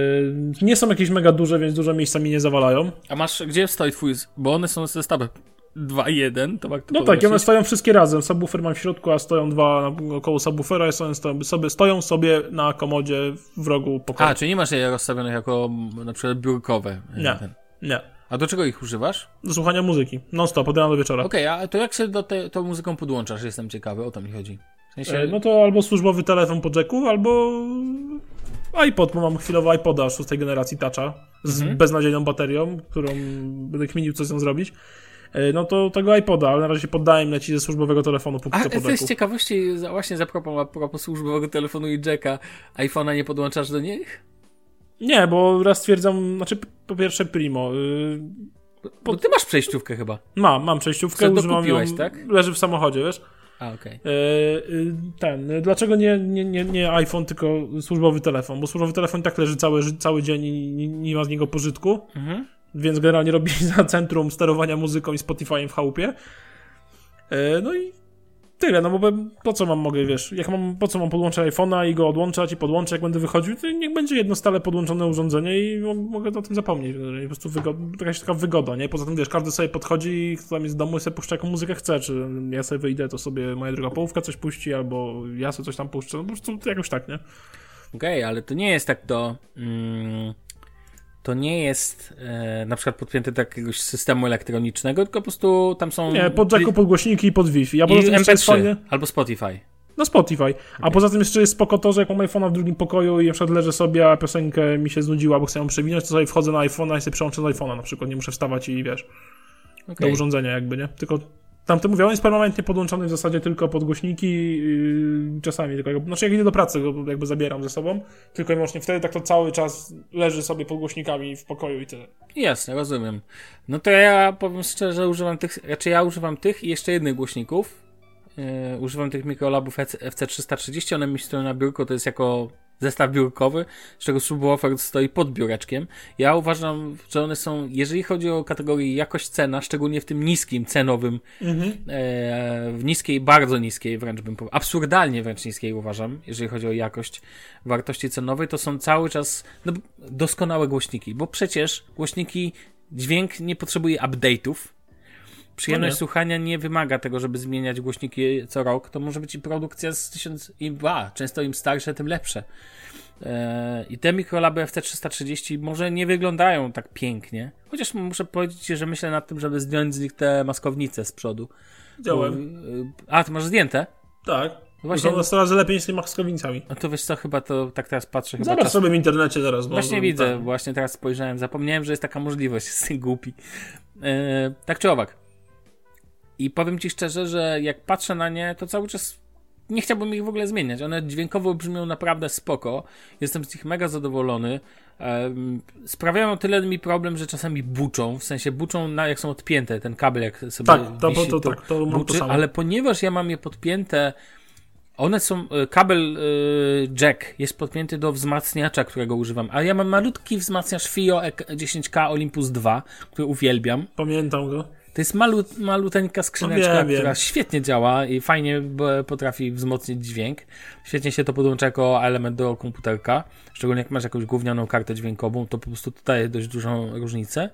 C: Nie są jakieś mega duże, więc dużo miejsca mi nie zawalają.
B: A gdzie stoi twój... Bo one są zestawy 2.1, to warto
C: No tak, i one stoją wszystkie razem. Subwoofer mam w środku, a stoją dwa około subwoofera i stoją sobie na komodzie w rogu pokoju.
B: A, czyli nie masz je rozstawionych jako na przykład biurkowe?
C: Nie.
B: A do czego ich używasz?
C: Do słuchania muzyki. Non-stop, od rana do wieczora.
B: Okej, a to jak się do tą muzyką podłączasz? Jestem ciekawy, o to mi chodzi. W sensie...
C: No to albo służbowy telefon po jacku, albo iPod, bo mam chwilowo iPoda 6. generacji Toucha z beznadziejną baterią, którą będę kminił, co z nią zrobić. No to tego iPoda, ale na razie poddałem leci ze służbowego telefonu póki co po jacku.
B: A z ciekawości, właśnie a propos służbowego telefonu i jacka, iPhone'a nie podłączasz do nich?
C: Nie, bo raz stwierdzam, znaczy po pierwsze primo.
B: Bo ty masz przejściówkę chyba.
C: Mam przejściówkę, używam ją,
B: tak?
C: Leży w samochodzie, wiesz?
B: A, okej.
C: Dlaczego nie iPhone, tylko służbowy telefon? Bo służbowy telefon i tak leży cały dzień i nie ma z niego pożytku. Więc generalnie robi za centrum sterowania muzyką i Spotify'em w chałupie. No i tyle, no bo po co mogę, wiesz, po co mam podłączać iPhone'a i go odłączać i podłączać, jak będę wychodził, to niech będzie jedno stale podłączone urządzenie i mogę o tym zapomnieć. Po prostu jakaś taka wygoda, nie? Poza tym, wiesz, każdy sobie podchodzi, kto tam jest w domu i sobie puszcza jaką muzykę chce, czy ja sobie wyjdę, to sobie moja druga połówka coś puści, albo ja sobie coś tam puszczę, no po prostu jakoś tak, nie?
B: Okej, ale to nie jest tak to nie jest na przykład podpięte do jakiegoś systemu elektronicznego, tylko po prostu tam są...
C: Nie, pod jacku, pod głośniki i pod Wi-Fi.
B: A poza tym MP3 fajnie... albo Spotify.
C: No Spotify. A poza tym jeszcze jest spoko to, że jak mam iPhone'a w drugim pokoju i na przykład leżę sobie, a piosenkę mi się znudziła, bo chcę ją przewinąć, to sobie wchodzę na iPhone'a i sobie przełączę z iPhone'a na przykład. Nie muszę wstawać i wiesz, do urządzenia jakby, nie? Tylko tam to mówię, on jest permanentnie podłączony w zasadzie tylko pod głośniki, czasami tylko, znaczy jak idę do pracy, go jakby zabieram ze sobą, tylko i wyłącznie wtedy tak to cały czas leży sobie pod głośnikami w pokoju i tyle.
B: Jasne, rozumiem. No to ja powiem szczerze, używam tych i jeszcze jednych głośników. Używam tych mikrolabów FC330, one mi stoją na biurku, to jest jako zestaw biurkowy, z czego subwoofer stoi pod biureczkiem. Ja uważam, że one są, jeżeli chodzi o kategorię jakość-cena, szczególnie w tym niskim cenowym, w niskiej, bardzo niskiej wręcz bym powiedział, absurdalnie wręcz niskiej uważam, jeżeli chodzi o jakość wartości cenowej, to są cały czas doskonałe głośniki, bo przecież dźwięk nie potrzebuje update'ów. Przyjemność słuchania nie wymaga tego, żeby zmieniać głośniki co rok. To może być i produkcja z 1000 i często im starsze, tym lepsze. I te mikrolaby FC330 może nie wyglądają tak pięknie. Chociaż muszę powiedzieć, że myślę nad tym, żeby zdjąć z nich te maskownice z przodu.
C: Działałem.
B: A, ty masz zdjęte?
C: Tak. Właśnie to coraz lepiej z tymi maskownicami.
B: A to wiesz co, chyba to tak teraz patrzę.
C: Zobacz sobie w internecie zaraz.
B: Właśnie widzę, właśnie teraz spojrzałem. Zapomniałem, że jest taka możliwość, jestem głupi. Tak czy owak. I powiem ci szczerze, że jak patrzę na nie, to cały czas nie chciałbym ich w ogóle zmieniać. One dźwiękowo brzmią naprawdę spoko. Jestem z nich mega zadowolony. Sprawiają tyle mi problem, że czasami buczą. W sensie buczą, jak są odpięte. Ten kabel jak sobie wisi, to buczy. Ale ponieważ ja mam je podpięte, one są, kabel jack jest podpięty do wzmacniacza, którego używam. A ja mam malutki wzmacniacz FiiO 10K Olympus 2, który uwielbiam.
C: Pamiętam go.
B: To jest maluteńka skrzyneczka, która świetnie działa i fajnie potrafi wzmocnić dźwięk. Świetnie się to podłącza jako element do komputerka. Szczególnie jak masz jakąś gównianą kartę dźwiękową, to po prostu to daje dość dużą różnicę.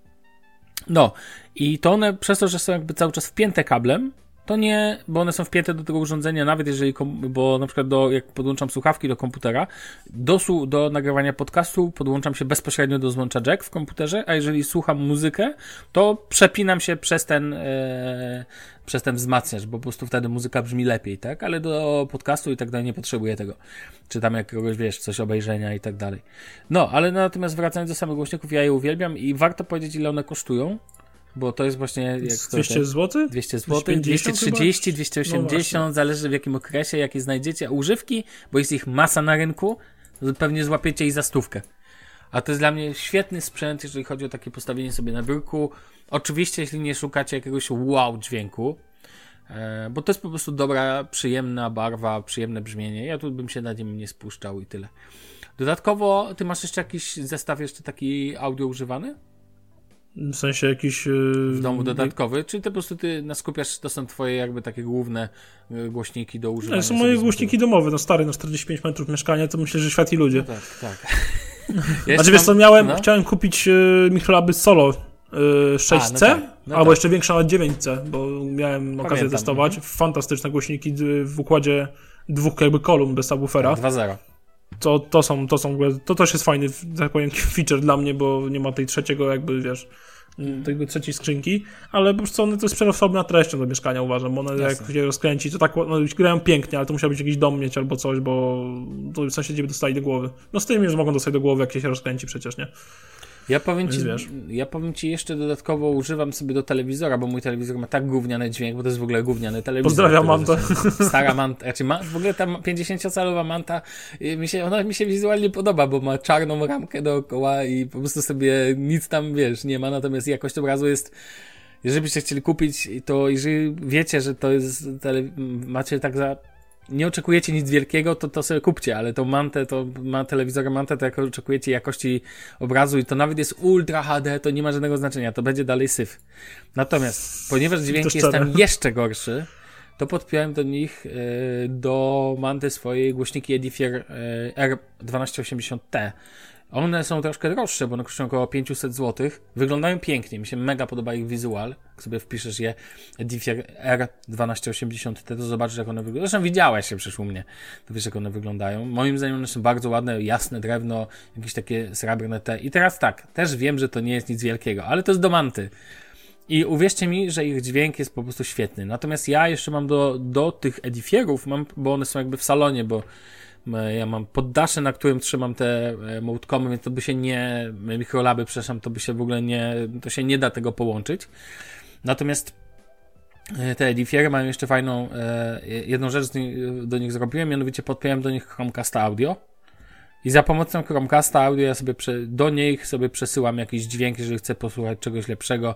B: No i to one przez to, że są jakby cały czas wpięte kablem, to nie, bo one są wpięte do tego urządzenia, nawet jeżeli, bo na przykład jak podłączam słuchawki do komputera, do nagrywania podcastu podłączam się bezpośrednio do złącza jack w komputerze, a jeżeli słucham muzykę, to przepinam się przez ten wzmacniacz, bo po prostu wtedy muzyka brzmi lepiej, tak? Ale do podcastu i tak dalej nie potrzebuję tego. Czy tam jakiegoś, wiesz, coś obejrzenia i tak dalej. No, ale natomiast wracając do samych głośników, ja je uwielbiam i warto powiedzieć, ile one kosztują. Bo to jest właśnie... Jak
C: 200 zł?
B: 200 zł, 230, 280, no zależy w jakim okresie, jakie znajdziecie używki, bo jest ich masa na rynku, pewnie złapiecie i za 100. A to jest dla mnie świetny sprzęt, jeżeli chodzi o takie postawienie sobie na biurku. Oczywiście, jeśli nie szukacie jakiegoś wow dźwięku, bo to jest po prostu dobra, przyjemna barwa, przyjemne brzmienie. Ja tu bym się na nim nie spuszczał i tyle. Dodatkowo, ty masz jeszcze jakiś zestaw jeszcze taki audio używany?
C: W sensie jakiś...
B: w domu dodatkowy? Czy po prostu ty skupiasz, to są twoje jakby takie główne głośniki do używania?
C: To są moje głośniki domowe, stare, 45 metrów mieszkania, to myślę, że świat i ludzie.
B: No tak.
C: Znaczy wiesz co, chciałem kupić mikrolaby solo 6C,
B: no tak,
C: albo jeszcze większa nawet 9C, bo miałem okazję testować. Fantastyczne głośniki w układzie dwóch jakby kolumn bez subwoofera.
B: 2.0.
C: To też jest fajny, tak powiem, feature dla mnie, bo nie ma tej trzeciego jakby, wiesz, tej trzeciej skrzynki, ale po prostu one to jest przerosobna treść do mieszkania, uważam, bo one jak się rozkręci, to tak, grają pięknie, ale to musiał być jakiś dom mieć albo coś, bo to sąsiedzi by dostali do głowy. No z tym już mogą dostać do głowy, jak się rozkręci przecież, nie?
B: Ja powiem ci jeszcze dodatkowo, używam sobie do telewizora, bo mój telewizor ma tak gówniany dźwięk, bo to jest w ogóle gówniany telewizor.
C: Pozdrawiam Mantę.
B: Stara Manta, w ogóle ta 50-calowa Manta, ona mi się wizualnie podoba, bo ma czarną ramkę dookoła i po prostu sobie nic tam, wiesz, nie ma, natomiast jakość obrazu jest, jeżeli byście chcieli kupić, to jeżeli wiecie, że to jest, macie tak za... Nie oczekujecie nic wielkiego, to sobie kupcie, ale tą Mantę, telewizor Mantę, to jak oczekujecie jakości obrazu i to nawet jest Ultra HD, to nie ma żadnego znaczenia, to będzie dalej syf. Natomiast, ponieważ dźwięk jest tam jeszcze gorszy, to podpiąłem do Manty swojej głośniki Edifier R1280T. One są troszkę droższe, bo one kosztują około 500 zł. Wyglądają pięknie, mi się mega podoba ich wizual. Jak sobie wpiszesz je Edifier R1280T, to zobaczysz, jak one wyglądają. Zresztą widziałeś się przecież u mnie, to wiesz, jak one wyglądają. Moim zdaniem one są bardzo ładne, jasne drewno, jakieś takie srebrne te. I teraz tak, też wiem, że to nie jest nic wielkiego, ale to jest do Manty. I uwierzcie mi, że ich dźwięk jest po prostu świetny. Natomiast ja jeszcze mam do tych Edifierów, bo one są jakby w salonie, bo ja mam poddasze, na którym trzymam te Modecomy, więc to by się nie, mikrolaby, przepraszam, to by się w ogóle nie, to się nie da tego połączyć. Natomiast te Edifiery mają jeszcze fajną, jedną rzecz do nich zrobiłem, mianowicie podpiąłem do nich Chromecasta Audio i za pomocą Chromecasta Audio ja sobie do nich sobie przesyłam jakiś dźwięk, jeżeli chcę posłuchać czegoś lepszego.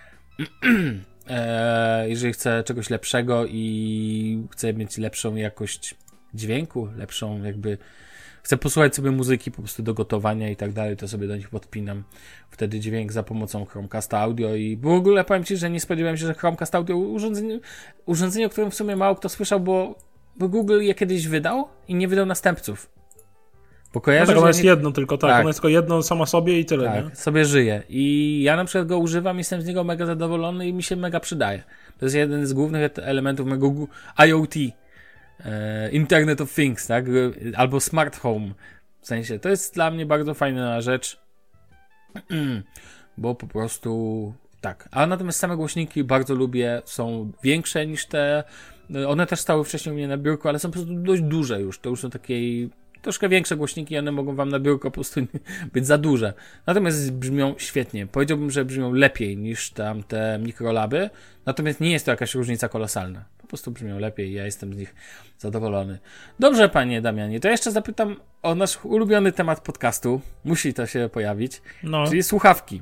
B: Jeżeli chcę czegoś lepszego i chcę mieć lepszą jakość dźwięku, lepszą jakby, chcę posłuchać sobie muzyki po prostu do gotowania i tak dalej, to sobie do nich podpinam wtedy dźwięk za pomocą Chromecasta Audio i w ogóle powiem ci, że nie spodziewałem się, że Chromecast Audio urządzenie, o którym w sumie mało kto słyszał, bo Google je kiedyś wydał i nie wydał następców. Bo kojarzę,
C: ona jest jedno tylko, tak. Ona jest tylko jedno sama sobie i tyle,
B: tak,
C: nie?
B: sobie żyje. I ja na przykład go używam, jestem z niego mega zadowolony i mi się mega przydaje. To jest jeden z głównych elementów mego IoT. Internet of Things, tak? Albo Smart Home. W sensie, to jest dla mnie bardzo fajna rzecz, bo po prostu tak. A natomiast same głośniki bardzo lubię, są większe niż te, one też stały wcześniej u mnie na biurku, ale są po prostu dość duże już, to już są takiej troszkę większe głośniki, one mogą wam na biurko po prostu być za duże. Natomiast brzmią świetnie. Powiedziałbym, że brzmią lepiej niż tamte mikrolaby, natomiast nie jest to jakaś różnica kolosalna. Po prostu brzmią lepiej i ja jestem z nich zadowolony. Dobrze, panie Damianie, to jeszcze zapytam o nasz ulubiony temat podcastu. Musi to się pojawić, czyli słuchawki.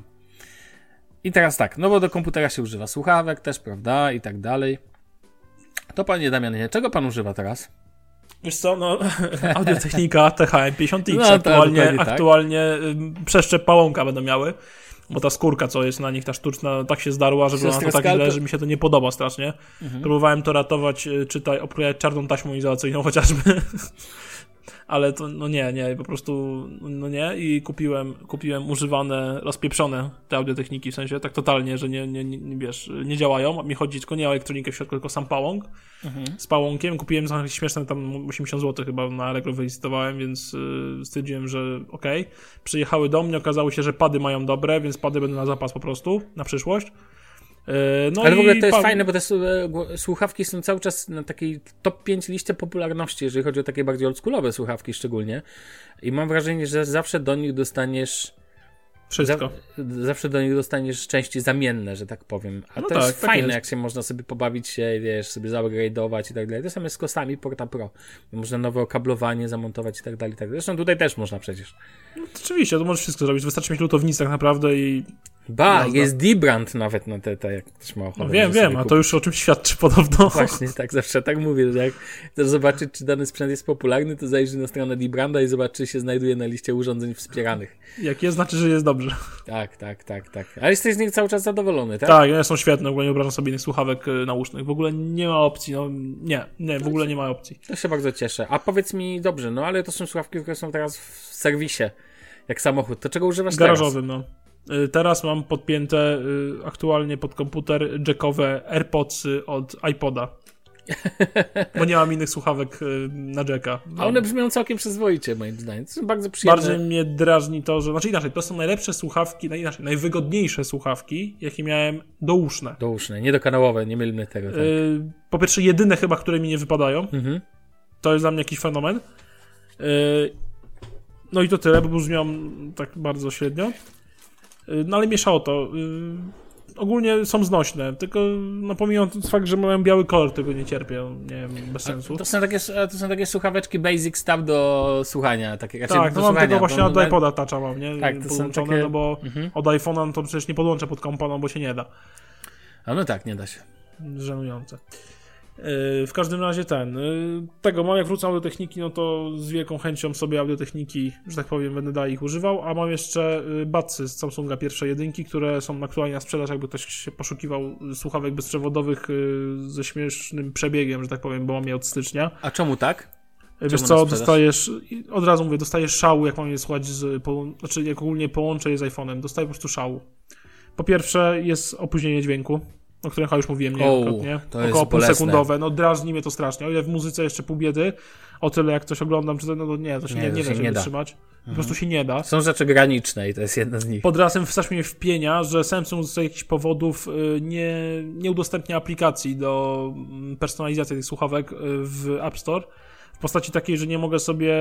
B: I teraz tak, no bo do komputera się używa słuchawek też, prawda, i tak dalej. To panie Damianie, czego pan używa teraz?
C: Wiesz co, no Audio-Technica THM50X
B: no,
C: aktualnie przeszczep pałąka będą miały, bo ta skórka, co jest na nich, ta sztuczna, tak się zdarła, że ona to tak źle, że mi się to nie podoba strasznie. Próbowałem to ratować, obklejać czarną taśmą izolacyjną chociażby, ale to, no nie, po prostu, no nie, i kupiłem używane, rozpieprzone te Audio-Techniki, w sensie tak totalnie, że nie wiesz, nie działają, mi chodzi tylko nie o elektronikę w środku, tylko sam pałąk, z pałąkiem, kupiłem za śmieszne tam 80 zł chyba na Allegro wylicytowałem, więc stwierdziłem, że okej. Przyjechały do mnie, okazało się, że pady mają dobre, więc pady będą na zapas po prostu, na przyszłość. No
B: ale w ogóle to jest fajne, bo te słuchawki są cały czas na takiej top 5 liście popularności, jeżeli chodzi o takie bardziej oldschoolowe słuchawki szczególnie. I mam wrażenie, że zawsze do nich dostaniesz
C: wszystko.
B: Zawsze do nich dostaniesz części zamienne, że tak powiem. A
C: no
B: to
C: tak,
B: jest fajne, jak się można sobie pobawić się, wiesz, sobie zaupgrade'ować i tak dalej. To samo jest z kostami Porta Pro. Można nowe okablowanie zamontować i tak dalej. Zresztą tutaj też można przecież.
C: No, oczywiście, to możesz wszystko zrobić. Wystarczy mieć lutownicę tak naprawdę i...
B: jest D-Brand nawet na te jak ktoś ma ochotę.
C: No wiem, a to już o czym świadczy podobno.
B: Właśnie, tak, zawsze tak mówię, że jak chcesz zobaczyć, czy dany sprzęt jest popularny, to zajrzyj na stronę D-Branda i zobacz, czy się znajduje na liście urządzeń wspieranych.
C: Jak jest, znaczy, że jest dobrze.
B: Tak. Ale jesteś z nich cały czas zadowolony, tak?
C: Tak, one są świetne, w ogóle nie obrażam sobie innych słuchawek nausznych. W ogóle nie ma opcji, nie, w ogóle nie ma opcji.
B: To się bardzo cieszę. A powiedz mi, dobrze, no ale to są słuchawki, które są teraz w serwisie, jak samochód. To czego używasz
C: garażowym,
B: teraz?
C: Teraz mam podpięte aktualnie pod komputer jackowe AirPodsy od iPoda. Bo nie mam innych słuchawek na jacka.
B: A one brzmią całkiem przyzwoicie, moim zdaniem. To są bardzo przyjemne.
C: Bardziej mnie drażni to, że... Znaczy inaczej, to są najlepsze słuchawki, najwygodniejsze słuchawki, jakie miałem douszne.
B: Douszne, niedokanałowe, nie mylmy tego. Tak.
C: Po pierwsze, jedyne chyba, które mi nie wypadają. To jest dla mnie jakiś fenomen. No i to tyle, bo brzmią tak bardzo średnio. No ale mieszało to. Ogólnie są znośne, tylko no pomijając fakt, że mają biały kolor, tego nie cierpię, nie wiem, bez sensu.
B: To są takie słuchaweczki basic stuff do słuchania. Takie,
C: tak, no mam tego właśnie od iPoda Toucha mam, nie?
B: Tak, to są takie...
C: no bo od iPhone'a no to przecież nie podłączę pod kompa, no bo się nie da.
B: A no tak, nie da się.
C: Żenujące. W każdym razie tego jak wrócę audiotechniki, no to z wielką chęcią sobie audiotechniki, że tak powiem, będę dalej ich używał, a mam jeszcze Budsy z Samsunga pierwszej jedynki, które są aktualnie na sprzedaż, jakby ktoś się poszukiwał słuchawek bezprzewodowych ze śmiesznym przebiegiem, że tak powiem, bo mam je od stycznia.
B: A czemu tak?
C: Wiesz co, dostajesz, od razu mówię, dostajesz szału, jak mam je słuchać, znaczy jak ogólnie połączę je z iPhone'em, dostaję po prostu szału. Po pierwsze jest opóźnienie dźwięku, o którym już mówiłem niejednokrotnie. Około półsekundowe. No drażni mnie to strasznie. O ile w muzyce jeszcze pół biedy, o tyle jak coś oglądam, czy no nie, to się nie da się wytrzymać. Po prostu się nie da.
B: Są rzeczy graniczne i to jest jedna z nich.
C: Pod razem strasznie mnie wpienia, że Samsung z jakichś powodów nie udostępnia aplikacji do personalizacji tych słuchawek w App Store. W postaci takiej, że nie mogę sobie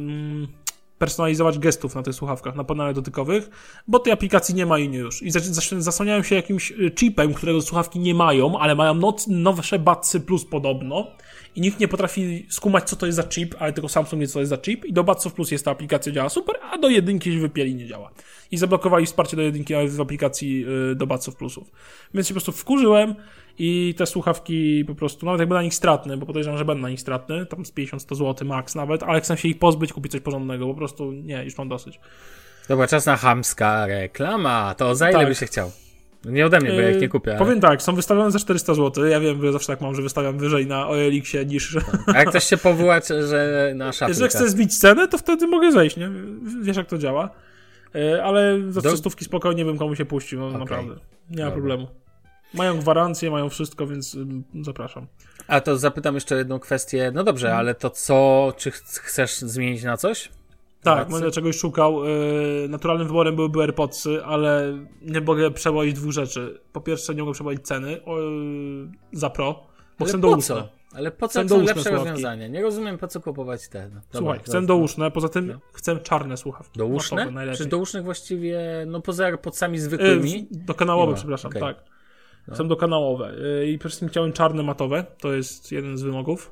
C: personalizować gestów na tych słuchawkach, na panelach dotykowych, bo tej aplikacji nie ma już. I zasłaniają się jakimś chipem, którego słuchawki nie mają, ale mają nowe Budsy Plus podobno i nikt nie potrafi skumać, co to jest za chip, ale tylko Samsung wie, co to jest za chip i do Budsów Plus jest ta aplikacja, działa super, a do jedynki się wypieli, nie działa. I zablokowali wsparcie do jedynki w aplikacji do Budsów Plusów. Więc się po prostu wkurzyłem i te słuchawki po prostu, nawet jak będę na nich stratny, bo podejrzewam, że będę na nich stratny, tam z 50-100 zł max nawet, ale chcę się ich pozbyć, kupić coś porządnego, po prostu nie, już mam dosyć.
B: Dobra, czas na chamska reklama, to za ile by się chciał? Nie ode mnie, bo ja ich nie kupię. Ale...
C: Powiem tak, są wystawione za 400 zł, ja wiem, że zawsze tak mam, że wystawiam wyżej na OLX-ie niż...
B: A jak ktoś się powołać, że na szafę.
C: Jeżeli chcesz zbić cenę, to wtedy mogę zejść, nie? Wiesz jak to działa. Ale za 300 spokojnie bym komuś się puścił, no naprawdę. Nie ma problemu. Mają gwarancję, mają wszystko, więc zapraszam.
B: A to zapytam jeszcze jedną kwestię. No dobrze, ale to co? Czy chcesz zmienić na coś?
C: Tak, będę czegoś szukał. Naturalnym wyborem byłyby AirPodsy, ale nie mogę przewozić dwóch rzeczy. Po pierwsze, nie mogę przewozić ceny za Pro, bo
B: ale
C: chcę douszne.
B: Ale po co są lepsze rozwiązania? Nie rozumiem, po co kupować te. No,
C: słuchaj, chcę douszne, poza tym chcę czarne słuchawki.
B: Douszne? Przecież dousznych właściwie, no poza AirPodsami zwykłymi.
C: Dokanałowe, przepraszam, okay. Tak. No. Chcę dokanałowe. I przede wszystkim chciałem czarne matowe, to jest jeden z wymogów.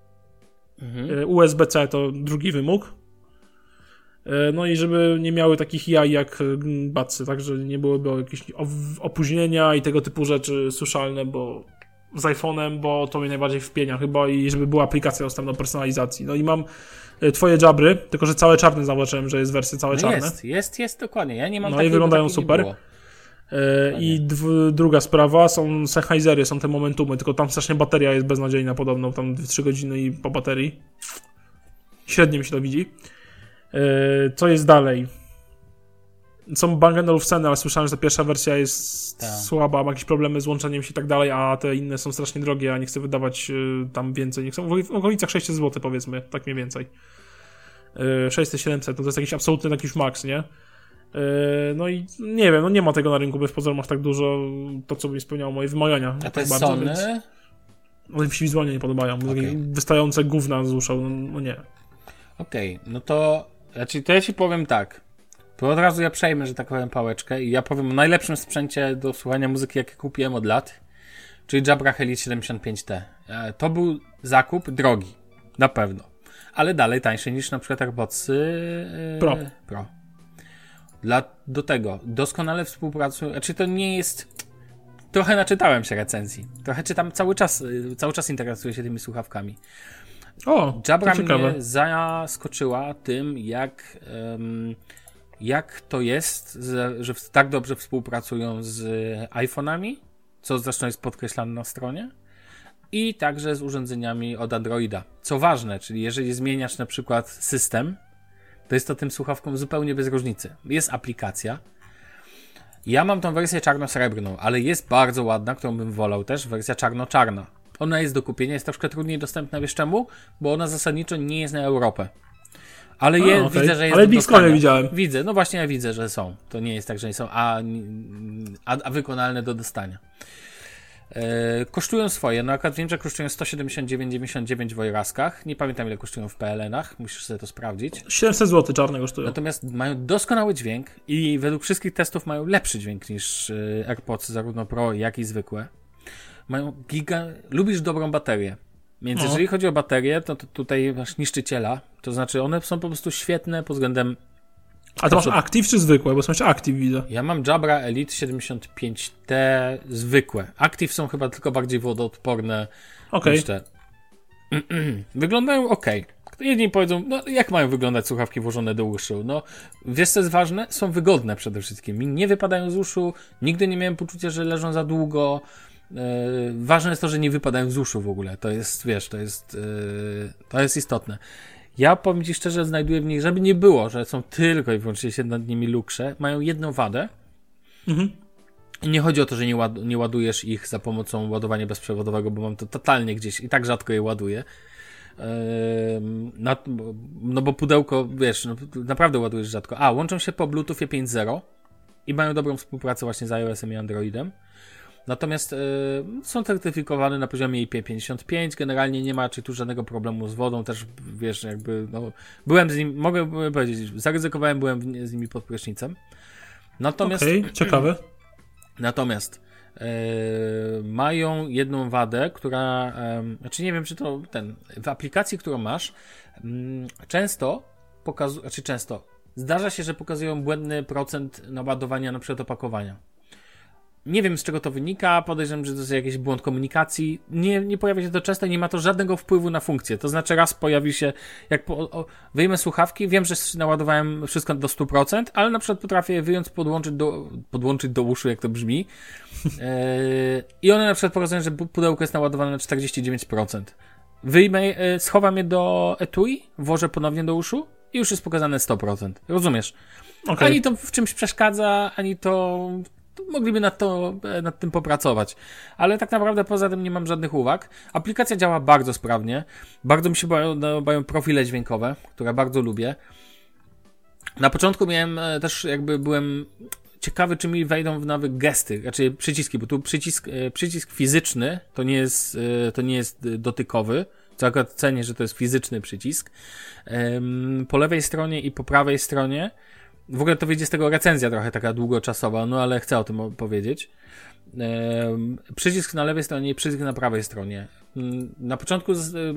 C: USB-C to drugi wymóg. No i żeby nie miały takich jaj jak Budsy, tak, że nie byłyby jakieś opóźnienia i tego typu rzeczy słyszalne, bo z iPhone'em, bo to mnie najbardziej wpienia chyba i żeby była aplikacja dostępna do personalizacji. No i mam twoje Jabry, tylko że całe czarne zobaczyłem, że jest wersja całe czarne.
B: Jest dokładnie. Ja nie mam
C: no i wyglądają super. I druga sprawa, są Sennheisery, są te Momentumy, tylko tam strasznie bateria jest beznadziejna podobno, tam 3 godziny i po baterii. Średnio mi się to widzi. Co jest dalej? Są Bang & Olufseny, ale słyszałem, że ta pierwsza wersja jest słaba, ma jakieś problemy z łączeniem się i tak dalej, a te inne są strasznie drogie, a nie chcę wydawać tam więcej. Nie chcę, w okolicach 600 zł powiedzmy, tak mniej więcej. 600-700, no to jest jakiś absolutny jakiś max, nie? No i nie wiem, no nie ma tego na rynku, bo w pozorom aż tak dużo, to co by spełniało moje wymagania.
B: A to jest bardzo, Sony?
C: One mi się wizualnie nie podobają, wystające gówna z uszą, no nie.
B: Okej, no to to ja ci powiem tak. To od razu ja przejmę, że tak powiem, pałeczkę i ja powiem o najlepszym sprzęcie do słuchania muzyki, jakie kupiłem od lat, czyli Jabra Elite 75T. To był zakup drogi, na pewno, ale dalej tańszy niż na przykład AirPodsy Pro. Do tego doskonale współpracują, to nie jest... Trochę naczytałem się recenzji, trochę czytam cały czas interesuję się tymi słuchawkami. Jabra mnie zaskoczyła tym, jak to jest, że tak dobrze współpracują z iPhone'ami, co zresztą jest podkreślane na stronie, i także z urządzeniami od Androida. Co ważne, czyli jeżeli zmieniasz na przykład system, to jest to tym słuchawkom zupełnie bez różnicy. Jest aplikacja, Ja mam tą wersję czarno-srebrną, ale jest bardzo ładna, którą bym wolał też, wersja czarno-czarna. Ona jest do kupienia, jest troszkę trudniej dostępna, wiesz czemu? Bo ona zasadniczo nie jest na Europę. Ale
C: okay.
B: Widzę, że jest
C: ale Discordzie widziałem.
B: Widzę, no właśnie ja widzę, że są. To nie jest tak, że nie są, a wykonalne do dostania. Kosztują swoje, no akurat wiem, że kosztują 179,99 w Oiraskach. Nie pamiętam ile kosztują w PLN-ach, musisz sobie to sprawdzić.
C: 700 zł czarne kosztują.
B: Natomiast mają doskonały dźwięk i według wszystkich testów mają lepszy dźwięk niż AirPods, zarówno Pro, jak i zwykłe. Mają Lubisz dobrą baterię. Więc jeżeli chodzi o baterię, to tutaj masz niszczyciela, to znaczy one są po prostu świetne pod względem...
C: A to masz Active czy zwykłe? Bo są jeszcze Active, widzę.
B: Ja mam Jabra Elite 75T zwykłe. Active są chyba tylko bardziej wodoodporne niż te. Wyglądają okej. Jedni powiedzą, no jak mają wyglądać słuchawki włożone do uszu? No, wiesz co jest ważne? Są wygodne przede wszystkim. Mi nie wypadają z uszu, nigdy nie miałem poczucia, że leżą za długo. Ważne jest to, że nie wypadają z uszu w ogóle. To jest, wiesz, to jest istotne. Ja powiem ci szczerze, znajduję w nich, żeby nie było, że są tylko i wyłącznie się nad nimi luksze. Mają jedną wadę. I nie chodzi o to, że nie ładujesz ich za pomocą ładowania bezprzewodowego, bo mam to totalnie gdzieś i tak rzadko je ładuję. No bo pudełko, wiesz, no, naprawdę ładujesz rzadko. Łączą się po Bluetoothie 5.0 i mają dobrą współpracę właśnie z iOS-em i Androidem. Natomiast są certyfikowane na poziomie IP55, generalnie nie ma tu żadnego problemu z wodą, też wiesz, jakby, no, byłem z nim, mogę powiedzieć, zaryzykowałem, byłem z nimi pod prysznicem. Natomiast...
C: ciekawe.
B: Natomiast mają jedną wadę, która, znaczy nie wiem, czy to w aplikacji, którą masz, zdarza się, że pokazują błędny procent naładowania na przykład opakowania. Nie wiem, z czego to wynika, podejrzewam, że to jest jakiś błąd komunikacji. Nie pojawia się to często i nie ma to żadnego wpływu na funkcję. To znaczy raz pojawi się, jak wyjmę słuchawki, wiem, że naładowałem wszystko do 100%, ale na przykład potrafię je wyjąć, podłączyć do uszu, jak to brzmi. I one na przykład pokazują, że pudełko jest naładowane na 49%. Wyjmę, schowam je do etui, włożę ponownie do uszu i już jest pokazane 100%. Rozumiesz? Ani to w czymś przeszkadza, ani to... Mogliby nad tym popracować. Ale tak naprawdę poza tym nie mam żadnych uwag. Aplikacja działa bardzo sprawnie. Bardzo mi się podobają profile dźwiękowe, które bardzo lubię. Na początku byłem ciekawy, czy mi wejdą w nawyk gesty, raczej przyciski, bo tu przycisk fizyczny to nie jest dotykowy, co akurat cenię, że to jest fizyczny przycisk. Po lewej stronie i po prawej stronie w ogóle to wyjdzie z tego recenzja trochę taka długoczasowa, no ale chcę o tym powiedzieć. Przycisk na lewej stronie i przycisk na prawej stronie. Na początku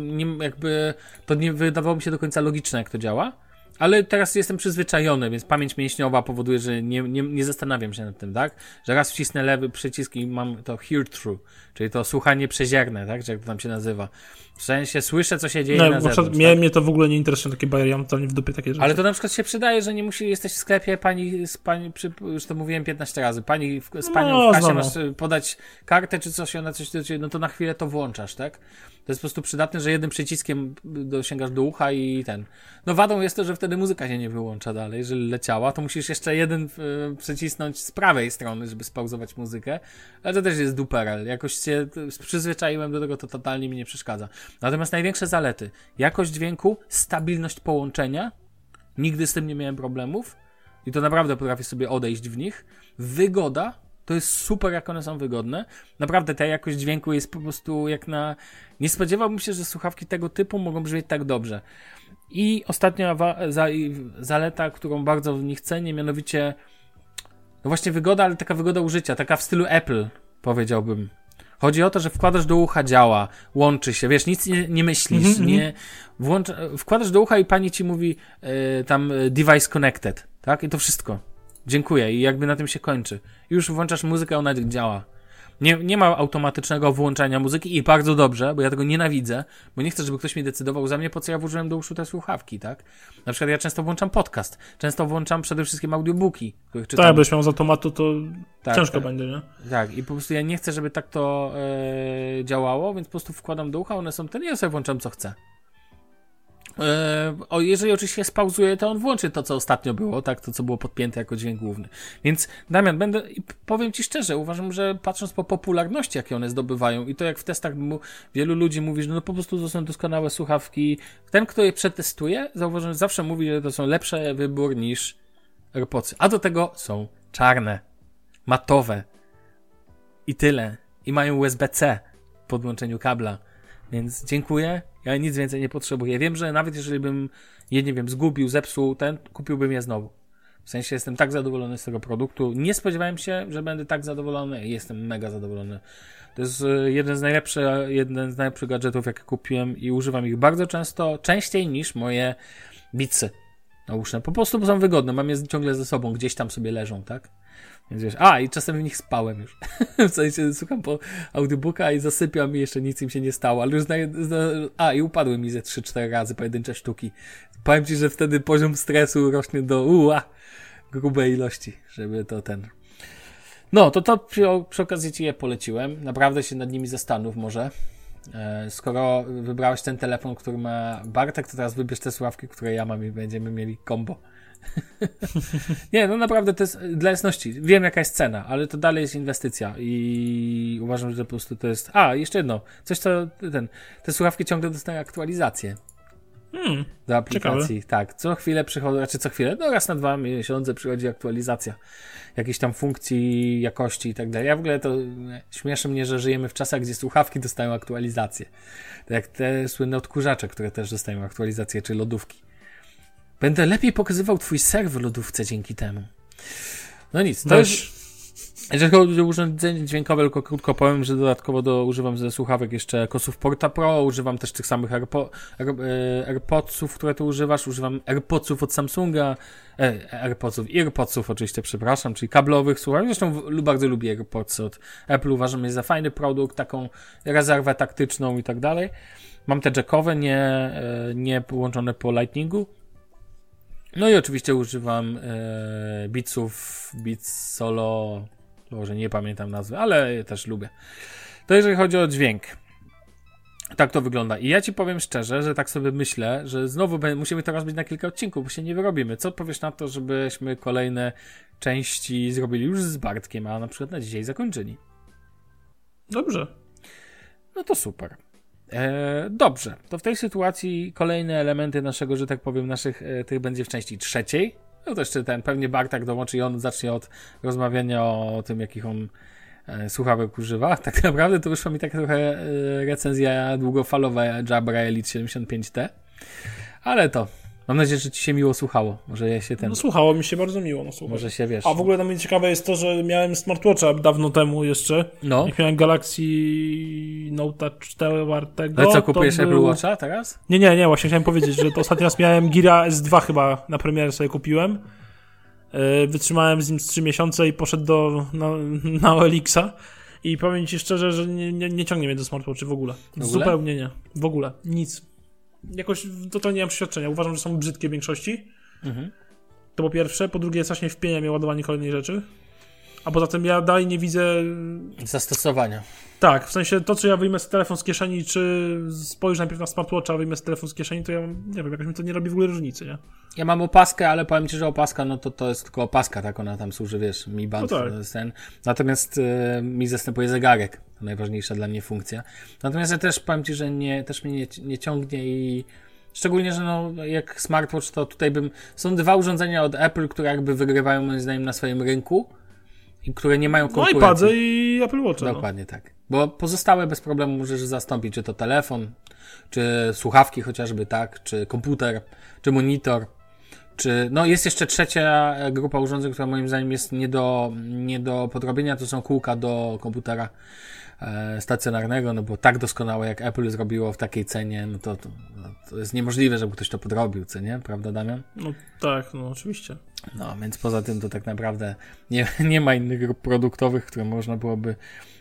B: to nie wydawało mi się do końca logiczne, jak to działa, ale teraz jestem przyzwyczajony, więc pamięć mięśniowa powoduje, że nie zastanawiam się nad tym, tak? Że raz wcisnę lewy przycisk i mam to hear through, czyli to słuchanie przezierne, tak? Że jak to tam się nazywa. W sensie słyszę, co się dzieje na zewnątrz.
C: Mnie to w ogóle nie interesuje takie bariery, ja mam totalnie w dupie takie rzeczy.
B: Ale to na przykład się przydaje, że nie jesteś w sklepie, już to mówiłem 15 razy, z panią w kasie masz podać kartę czy coś, ona coś, no to na chwilę to włączasz, tak? To jest po prostu przydatne, że jednym przyciskiem dosięgasz do ucha i No wadą jest to, że wtedy muzyka się nie wyłącza dalej. Jeżeli leciała, to musisz jeszcze jeden przycisnąć z prawej strony, żeby spauzować muzykę. Ale to też jest duperel. Jakoś się przyzwyczaiłem do tego, to totalnie mi nie przeszkadza. Natomiast największe zalety. Jakość dźwięku, stabilność połączenia. Nigdy z tym nie miałem problemów. I to naprawdę potrafię sobie odejść w nich. Wygoda. To jest super, jak one są wygodne. Naprawdę ta jakość dźwięku jest po prostu jak na... Nie spodziewałbym się, że słuchawki tego typu mogą brzmieć tak dobrze. I ostatnia zaleta, którą bardzo w nich cenię, mianowicie no właśnie wygoda, ale taka wygoda użycia, taka w stylu Apple, powiedziałbym. Chodzi o to, że wkładasz do ucha, działa, łączy się, wiesz, nic nie myślisz, wkładasz do ucha i pani ci mówi tam device connected, tak? I to wszystko. Dziękuję i jakby na tym się kończy. Już włączasz muzykę, ona działa. Nie ma automatycznego włączania muzyki i bardzo dobrze, bo ja tego nienawidzę, bo nie chcę, żeby ktoś mi decydował za mnie, po co ja włożyłem do uszu te słuchawki, tak? Na przykład ja często włączam podcast, często włączam przede wszystkim audiobooki, których czytam.
C: Tak, jakbyś miał z automatu, to ciężko będzie, nie?
B: Tak, i po prostu ja nie chcę, żeby tak to działało, więc po prostu wkładam do ucha, one są ja sobie włączam co chcę. Jeżeli oczywiście spauzuje, to on włączy to, co ostatnio było, tak, to, co było podpięte jako dźwięk główny. Więc, Damian, powiem ci szczerze, uważam, że patrząc po popularności, jakie one zdobywają i to, jak w testach wielu ludzi mówi, że no po prostu to są doskonałe słuchawki. Ten, kto je przetestuje, zauważyłem, że zawsze mówi, że to są lepszy wybór niż AirPodsy. A do tego są czarne, matowe i tyle. I mają USB-C w podłączeniu kabla. Więc dziękuję. Ja nic więcej nie potrzebuję. Wiem, że nawet jeżeli bym je, nie wiem, zgubił, zepsuł, kupiłbym je znowu. W sensie jestem tak zadowolony z tego produktu. Nie spodziewałem się, że będę tak zadowolony i jestem mega zadowolony. To jest jeden z najlepszych gadżetów, jakie kupiłem i używam ich bardzo często, częściej niż moje Beatsy nauszne. Po prostu, bo są wygodne. Mam je ciągle ze sobą, gdzieś tam sobie leżą, tak? Więc wiesz, i czasem w nich spałem już. W sensie słucham po audiobooka i zasypiam i jeszcze nic im się nie stało, ale już i upadły mi ze 3-4 razy pojedyncze sztuki. Powiem ci, że wtedy poziom stresu rośnie do grubej ilości, żeby to No, to przy okazji ci je poleciłem. Naprawdę się nad nimi zastanów może. Skoro wybrałeś ten telefon, który ma Bartek, to teraz wybierz te słuchawki, które ja mam i będziemy mieli combo. Nie, no naprawdę to jest dla jasności. Wiem, jaka jest cena, ale to dalej jest inwestycja i uważam, że po prostu to jest... jeszcze jedno. Coś, co te słuchawki ciągle dostają aktualizacje do aplikacji.
C: Ciekawe.
B: Tak, co chwilę przychodzi, no raz na 2 miesiące przychodzi aktualizacja jakichś tam funkcji, jakości i tak dalej. Ja w ogóle to śmieszy mnie, że żyjemy w czasach, gdzie słuchawki dostają aktualizacje. Tak jak te słynne odkurzacze, które też dostają aktualizacje, czy lodówki. Będę lepiej pokazywał twój ser w lodówce dzięki temu. No nic, to już... Jeżeli chodzi o urządzenie dźwiękowe, tylko krótko powiem, że dodatkowo używam ze słuchawek jeszcze Kosów Porta Pro, używam też tych samych AirPodsów, które tu używasz, używam AirPodsów od Samsunga, AirPodsów oczywiście, przepraszam, czyli kablowych słuchawek, zresztą bardzo lubię AirPods od Apple, uważam je za fajny produkt, taką rezerwę taktyczną i tak dalej. Mam te jackowe, nie połączone po Lightningu. No i oczywiście używam Beats Solo, może nie pamiętam nazwy, ale też lubię. To jeżeli chodzi o dźwięk. Tak to wygląda. I ja ci powiem szczerze, że tak sobie myślę, że znowu musimy to rozbić na kilka odcinków, bo się nie wyrobimy. Co powiesz na to, żebyśmy kolejne części zrobili już z Bartkiem, a na przykład na dzisiaj zakończyli?
C: Dobrze.
B: No to super. Dobrze, to w tej sytuacji kolejne elementy naszego, że tak powiem, tych będzie w części 3. No to jeszcze pewnie Bartek dołączy i on zacznie od rozmawiania o tym, jakich on słuchawek używa. Tak naprawdę to wyszła mi taka trochę recenzja długofalowa Jabra Elite 75T, ale to mam nadzieję, że ci się miło słuchało. Może się
C: No słuchało mi się bardzo miło.
B: Może się wiesz.
C: A w ogóle dla mnie ciekawe jest to, że miałem smartwatcha dawno temu jeszcze.
B: No.
C: Jak miałem Galaxy Note 4.
B: Ale co, kupujesz Apple Watcha teraz?
C: Nie, właśnie chciałem powiedzieć, że to ostatni raz miałem Geara S2 chyba na premierę sobie kupiłem. Wytrzymałem z nim 3 miesiące i poszedł na OLX-a. I powiem ci szczerze, że nie ciągnie mnie do smartwatchy w ogóle. Zupełnie nie. W ogóle. Nic. Jakoś totalnie nie mam przeświadczenia. Uważam, że są brzydkie w większości. To po pierwsze. Po drugie, strasznie wpienia mnie ładowanie kolejnej rzeczy. A poza tym ja dalej nie widzę...
B: zastosowania.
C: Tak, w sensie to, czy ja wyjmę telefon z kieszeni, czy spojrzę najpierw na smartwatcha, a wyjmę telefon z kieszeni, to ja nie wiem, jakoś mi to nie robi w ogóle różnicy, nie?
B: Ja mam opaskę, ale powiem ci, że opaska, no to jest tylko opaska, tak? Ona tam służy, wiesz, Mi Band,
C: no tak.
B: Natomiast mi zastępuje zegarek. To najważniejsza dla mnie funkcja. Natomiast ja też powiem ci, że też mnie nie ciągnie i szczególnie, że jak smartwatch, to tutaj są 2 urządzenia od Apple, które jakby wygrywają moim zdaniem na swoim rynku i które nie mają konkurencji.
C: No iPady i Apple Watch.
B: Dokładnie tak. Bo pozostałe bez problemu możesz zastąpić, czy to telefon, czy słuchawki chociażby, tak, czy komputer, czy monitor, czy... No jest jeszcze trzecia grupa urządzeń, która moim zdaniem jest nie do podrobienia, to są kółka do komputera stacjonarnego, no bo tak doskonałe jak Apple zrobiło w takiej cenie, no to jest niemożliwe, żeby ktoś to podrobił, co nie? Prawda, Damian?
C: No tak, no oczywiście.
B: No, więc poza tym to tak naprawdę nie ma innych grup produktowych, które można byłoby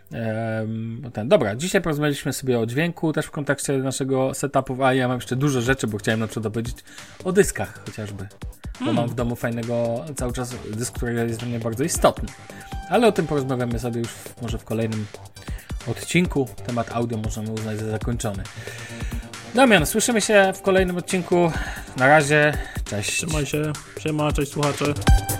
B: Dobra, dzisiaj porozmawialiśmy sobie o dźwięku, też w kontekście naszego setupu, a ja mam jeszcze dużo rzeczy, bo chciałem na przykład opowiedzieć o dyskach chociażby, bo mam w domu fajnego cały czas dysk, który jest dla mnie bardzo istotny, ale o tym porozmawiamy sobie już może w kolejnym odcinku. Temat audio możemy uznać za zakończony. Damian, słyszymy się w kolejnym odcinku. Na razie, cześć.
C: Trzymaj się, siema, cześć słuchacze.